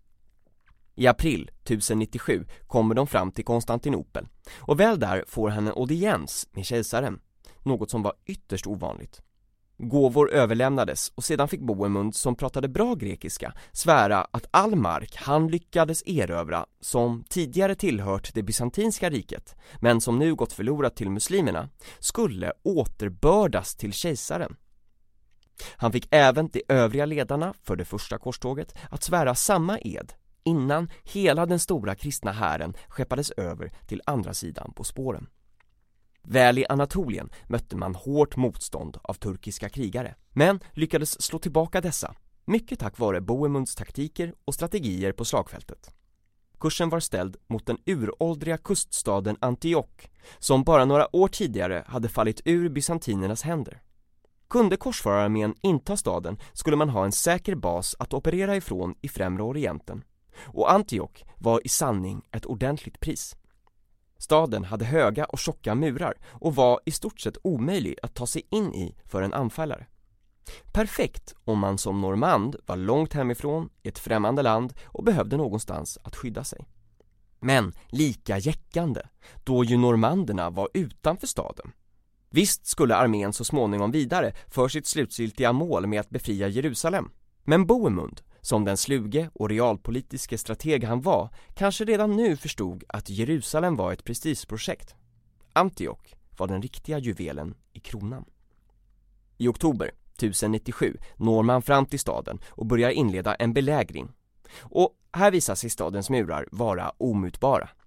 I april 1097 kommer de fram till Konstantinopel, och väl där får han en audiens med kejsaren, något som var ytterst ovanligt. Gåvor överlämnades och sedan fick Bohemund, som pratade bra grekiska, svära att all mark han lyckades erövra, som tidigare tillhört det bysantinska riket men som nu gått förlorat till muslimerna, skulle återbördas till kejsaren. Han fick även de övriga ledarna för det första korståget att svära samma ed innan hela den stora kristna hären skeppades över till andra sidan på spåren. Väl i Anatolien mötte man hårt motstånd av turkiska krigare, men lyckades slå tillbaka dessa, mycket tack vare Bohemunds taktiker och strategier på slagfältet. Kursen var ställd mot den uråldriga kuststaden Antioch, som bara några år tidigare hade fallit ur bysantinernas händer. Kunde korsfarararmén inta staden skulle man ha en säker bas att operera ifrån i Främre Orienten, och Antioch var i sanning ett ordentligt pris. Staden hade höga och tjocka murar och var i stort sett omöjlig att ta sig in i för en anfallare. Perfekt om man som normand var långt hemifrån i ett främmande land och behövde någonstans att skydda sig. Men lika jäckande, då ju normanderna var utanför staden. Visst skulle armén så småningom vidare för sitt slutgiltiga mål med att befria Jerusalem. Men Bohemund, som den sluge och realpolitiska strateg han var, kanske redan nu förstod att Jerusalem var ett prestigeprojekt. Antioch var den riktiga juvelen i kronan. I oktober 1097 når man fram till staden och börjar inleda en belägring. Och här visar sig stadens murar vara omutbara.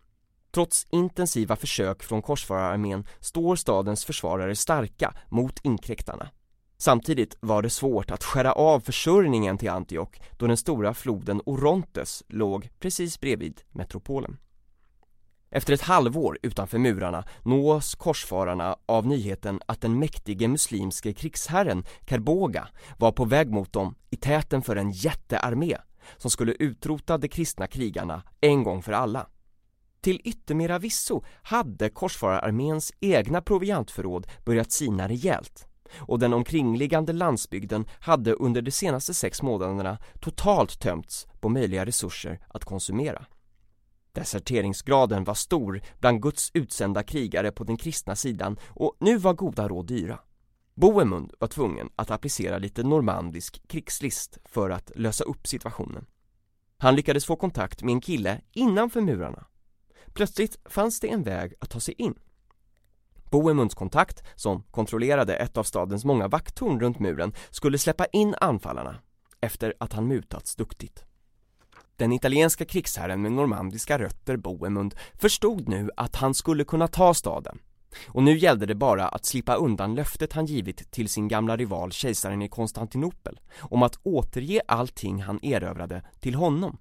Trots intensiva försök från korsfarararmén står stadens försvarare starka mot inkräktarna. Samtidigt var det svårt att skära av försörjningen till Antioch då den stora floden Orontes låg precis bredvid metropolen. Efter ett halvår utanför murarna nås korsfararna av nyheten att den mäktige muslimske krigsherren Kerboga var på väg mot dem i täten för en jättearmé som skulle utrota de kristna krigarna en gång för alla. Till yttermera visso hade korsfarararméns egna proviantförråd börjat sina rejält och den omkringliggande landsbygden hade under de senaste 6 månaderna totalt tömts på möjliga resurser att konsumera. Deserteringsgraden var stor bland Guds utsända krigare på den kristna sidan och nu var goda råd dyra. Bohemund var tvungen att applicera lite normandisk krigslist för att lösa upp situationen. Han lyckades få kontakt med en kille innanför murarna. Plötsligt fanns det en väg att ta sig in. Bohemunds kontakt, som kontrollerade ett av stadens många vakttorn runt muren, skulle släppa in anfallarna efter att han mutats duktigt. Den italienska krigsherren med normandiska rötter Bohemund förstod nu att han skulle kunna ta staden. Och nu gällde det bara att slippa undan löftet han givit till sin gamla rival kejsaren i Konstantinopel om att återge allting han erövrade till honom.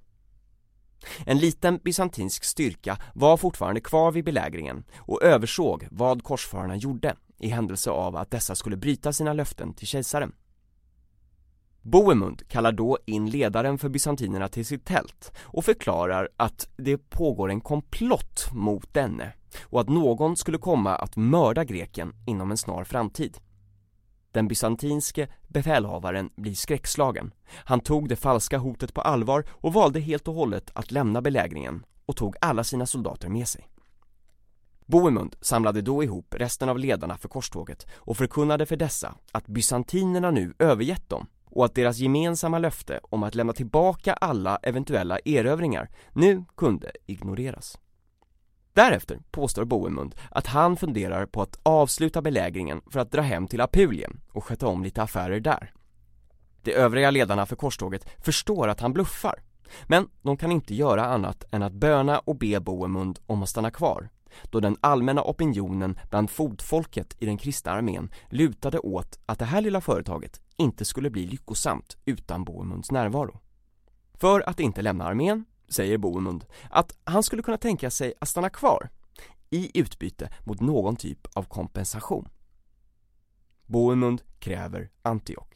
En liten bysantinsk styrka var fortfarande kvar vid belägringen och översåg vad korsfararna gjorde i händelse av att dessa skulle bryta sina löften till kejsaren. Bohemund kallar då in ledaren för bysantinerna till sitt tält och förklarar att det pågår en komplott mot denne och att någon skulle komma att mörda greken inom en snar framtid. Den bysantinske befälhavaren blir skräckslagen. Han tog det falska hotet på allvar och valde helt och hållet att lämna belägringen och tog alla sina soldater med sig. Bohemund samlade då ihop resten av ledarna för korståget och förkunnade för dessa att bysantinerna nu övergett dem och att deras gemensamma löfte om att lämna tillbaka alla eventuella erövringar nu kunde ignoreras. Därefter påstår Bohemund att han funderar på att avsluta belägringen för att dra hem till Apulien och sköta om lite affärer där. De övriga ledarna för korståget förstår att han bluffar, men de kan inte göra annat än att böna och be Bohemund om att stanna kvar, då den allmänna opinionen bland fotfolket i den kristna armén lutade åt att det här lilla företaget inte skulle bli lyckosamt utan Bohemunds närvaro. För att inte lämna armén säger Bohemund att han skulle kunna tänka sig att stanna kvar i utbyte mot någon typ av kompensation. Bohemund kräver Antioch.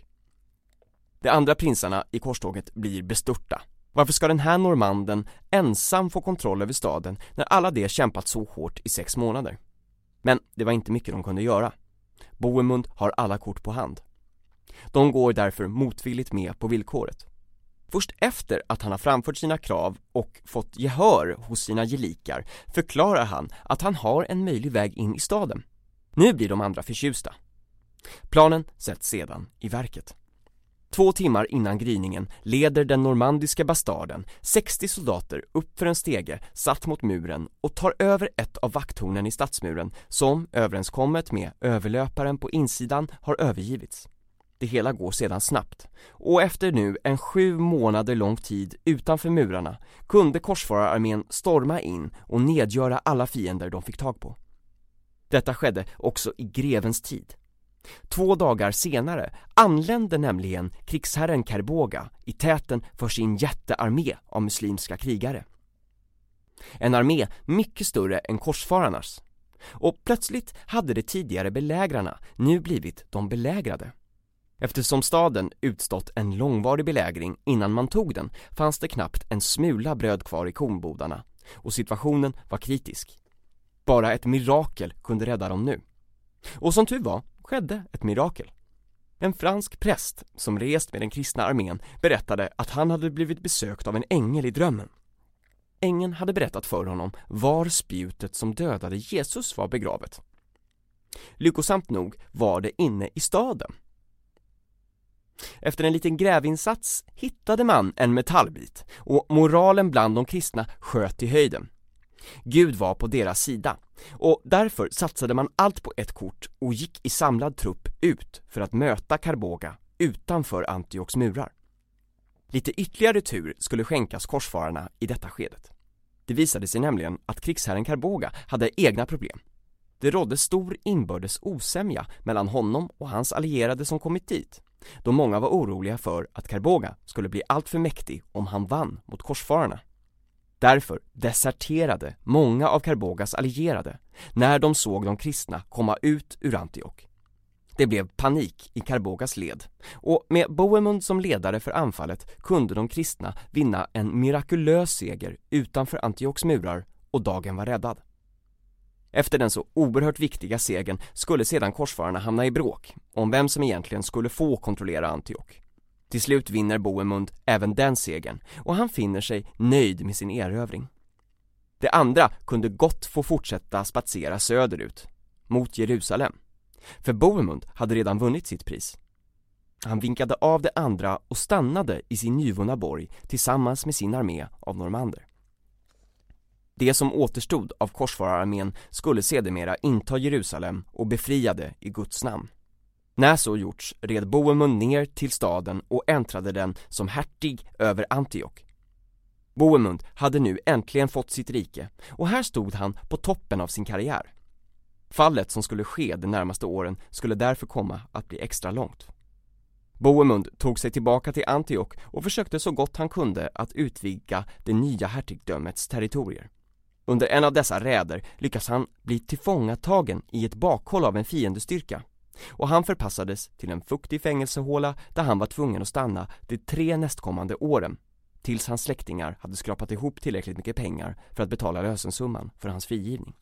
De andra prinsarna i korståget blir bestörta. Varför ska den här normanden ensam få kontroll över staden när alla de kämpat så hårt i 6 månader? Men det var inte mycket de kunde göra. Bohemund har alla kort på hand. De går därför motvilligt med på villkoret. Först efter att han har framfört sina krav och fått gehör hos sina gelikar förklarar han att han har en möjlig väg in i staden. Nu blir de andra förtjusta. Planen sätts sedan i verket. 2 timmar innan gryningen leder den normandiska bastarden 60 soldater upp för en stege satt mot muren och tar över ett av vakttornen i stadsmuren som överenskommet med överlöparen på insidan har övergivits. Det hela går sedan snabbt och efter nu en 7 månader lång tid utanför murarna kunde korsfarararmén storma in och nedgöra alla fiender de fick tag på. Detta skedde också i grevens tid. 2 dagar senare anlände nämligen krigsherren Kerboga i täten för sin jättearmé av muslimska krigare. En armé mycket större än korsfararnas. Och plötsligt hade de tidigare belägrarna nu blivit de belägrade. Eftersom staden utstått en långvarig belägring innan man tog den fanns det knappt en smula bröd kvar i kornbodarna och situationen var kritisk. Bara ett mirakel kunde rädda dem nu. Och som tur var skedde ett mirakel. En fransk präst som rest med den kristna armén berättade att han hade blivit besökt av en ängel i drömmen. Ängeln hade berättat för honom var spjutet som dödade Jesus var begravet. Lyckosamt nog var det inne i staden. Efter en liten grävinsats hittade man en metallbit och moralen bland de kristna sköt i höjden. Gud var på deras sida och därför satsade man allt på ett kort och gick i samlad trupp ut för att möta Kerboga utanför Antiochs murar. Lite ytterligare tur skulle skänkas korsfararna i detta skedet. Det visade sig nämligen att krigsherren Karboga hade egna problem. Det rådde stor inbördes osämja mellan honom och hans allierade som kommit dit, då många var oroliga för att Karboga skulle bli allt för mäktig om han vann mot korsfararna. Därför deserterade många av Karbogas allierade när de såg de kristna komma ut ur Antioch. Det blev panik i Karbogas led, och med Bohemund som ledare för anfallet kunde de kristna vinna en mirakulös seger utanför Antiochs murar, och dagen var räddad. Efter den så oerhört viktiga segern skulle sedan korsfararna hamna i bråk om vem som egentligen skulle få kontrollera Antioch. Till slut vinner Bohemund även den segern, och han finner sig nöjd med sin erövring. De andra kunde gott få fortsätta spatsera söderut, mot Jerusalem. För Bohemund hade redan vunnit sitt pris. Han vinkade av de andra och stannade i sin nyvunna borg tillsammans med sin armé av normander. Det som återstod av korsfarararmén skulle sedermera inta Jerusalem och befriade i Guds namn. När så gjorts red Bohemund ner till staden och äntrade den som hertig över Antioch. Bohemund hade nu äntligen fått sitt rike, och här stod han på toppen av sin karriär. Fallet som skulle ske de närmaste åren skulle därför komma att bli extra långt. Bohemund tog sig tillbaka till Antioch och försökte så gott han kunde att utvidga det nya hertigdömets territorier. Under en av dessa räder lyckas han bli tillfångatagen i ett bakhåll av en fiendestyrka, och han förpassades till en fuktig fängelsehåla där han var tvungen att stanna de 3 nästkommande åren, tills hans släktingar hade skrapat ihop tillräckligt mycket pengar för att betala lösensumman för hans frigivning.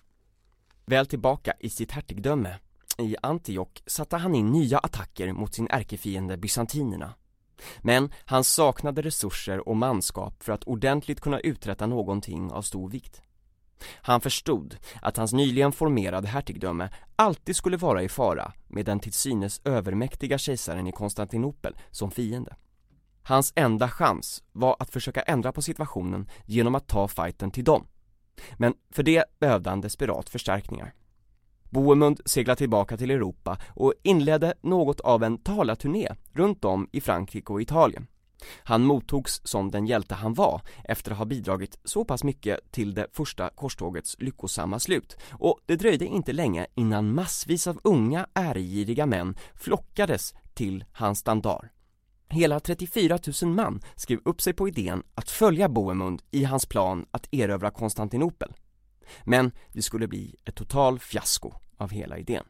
Väl tillbaka i sitt hertigdöme i Antioch satte han in nya attacker mot sin ärkefiende bysantinerna. Men han saknade resurser och manskap för att ordentligt kunna uträtta någonting av stor vikt. Han förstod att hans nyligen formerade hertigdöme alltid skulle vara i fara med den till synes övermäktiga kejsaren i Konstantinopel som fiende. Hans enda chans var att försöka ändra på situationen genom att ta fighten till dem. Men för det behövde han desperat förstärkningar. Bohemund seglade tillbaka till Europa och inledde något av en talarturné runt om i Frankrike och Italien. Han mottogs som den hjälte han var efter att ha bidragit så pass mycket till det första korstågets lyckosamma slut, och det dröjde inte länge innan massvis av unga ärgiriga män flockades till hans standard. Hela 34 000 man skrev upp sig på idén att följa Bohemund i hans plan att erövra Konstantinopel. Men det skulle bli ett total fiasko av hela idén.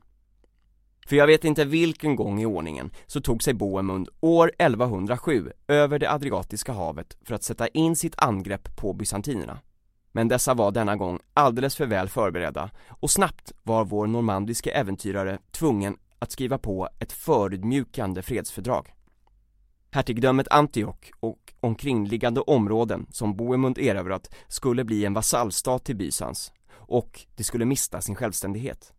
För jag vet inte vilken gång i ordningen så tog sig Bohemund år 1107 över det Adriatiska havet för att sätta in sitt angrepp på bysantinerna. Men dessa var denna gång alldeles för väl förberedda, och snabbt var vår normandiske äventyrare tvungen att skriva på ett förödmjukande fredsfördrag. Hertigdömet Antioch och omkringliggande områden som Bohemund erövrat skulle bli en vasallstat till Bysans, och det skulle mista sin självständighet.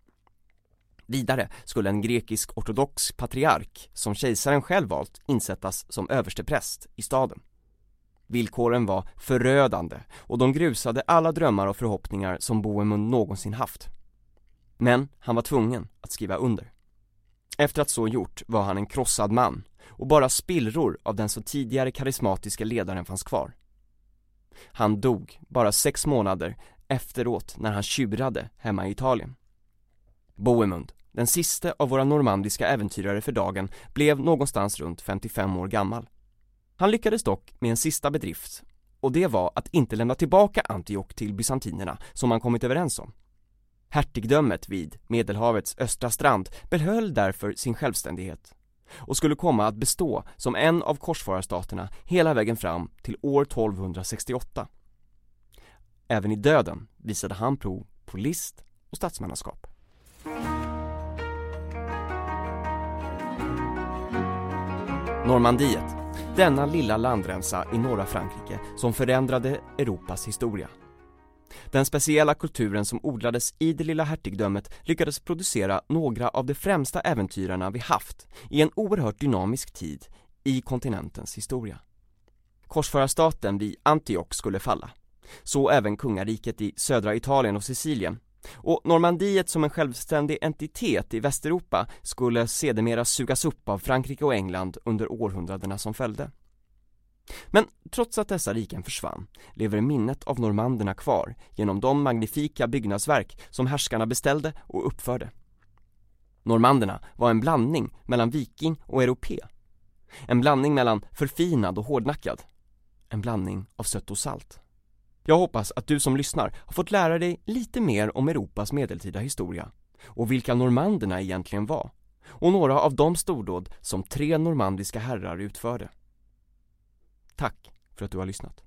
Vidare skulle en grekisk-ortodox patriark som kejsaren själv valt insättas som överstepräst i staden. Villkoren var förödande, och de grusade alla drömmar och förhoppningar som Bohemund någonsin haft. Men han var tvungen att skriva under. Efter att så gjort var han en krossad man, och bara spillror av den så tidigare karismatiska ledaren fanns kvar. Han dog bara 6 månader efteråt när han tjurade hemma i Italien. Bohemund, den sista av våra normandiska äventyrare för dagen, blev någonstans runt 55 år gammal. Han lyckades dock med en sista bedrift, och det var att inte lämna tillbaka Antioch till bysantinerna som man kommit överens om. Hertigdömet vid Medelhavets östra strand behöll därför sin självständighet och skulle komma att bestå som en av korsfararstaterna hela vägen fram till år 1268. Även i döden visade han prov på list och statsmannaskap. Normandiet, denna lilla landremsa i norra Frankrike som förändrade Europas historia. Den speciella kulturen som odlades i det lilla hertigdömet lyckades producera några av de främsta äventyrarna vi haft i en oerhört dynamisk tid i kontinentens historia. Korsfararstaten vid Antioch skulle falla, så även kungariket i södra Italien och Sicilien, och Normandiet som en självständig entitet i Västeuropa skulle sedermera sugas upp av Frankrike och England under århundradena som följde. Men trots att dessa riken försvann lever minnet av normanderna kvar genom de magnifika byggnadsverk som härskarna beställde och uppförde. Normanderna var en blandning mellan viking och europé. En blandning mellan förfinad och hårdnackad. En blandning av sött och salt. Jag hoppas att du som lyssnar har fått lära dig lite mer om Europas medeltida historia och vilka normanderna egentligen var och några av de stordåd som 3 normandiska herrar utförde. Tack för att du har lyssnat.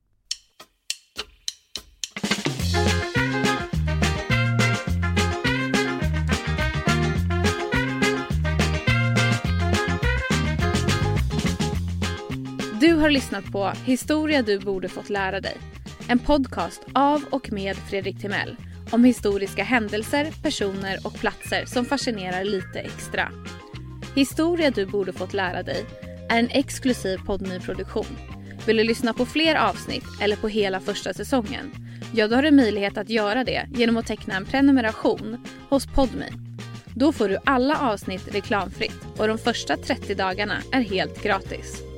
Du har lyssnat på Historia du borde fått lära dig. En podcast av och med Fredrik Timell om historiska händelser, personer och platser som fascinerar lite extra. Historia du borde fått lära dig är en exklusiv Podme-produktion. Vill du lyssna på fler avsnitt eller på hela första säsongen? Ja, då har du möjlighet att göra det genom att teckna en prenumeration hos Podme. Då får du alla avsnitt reklamfritt och de första 30 dagarna är helt gratis.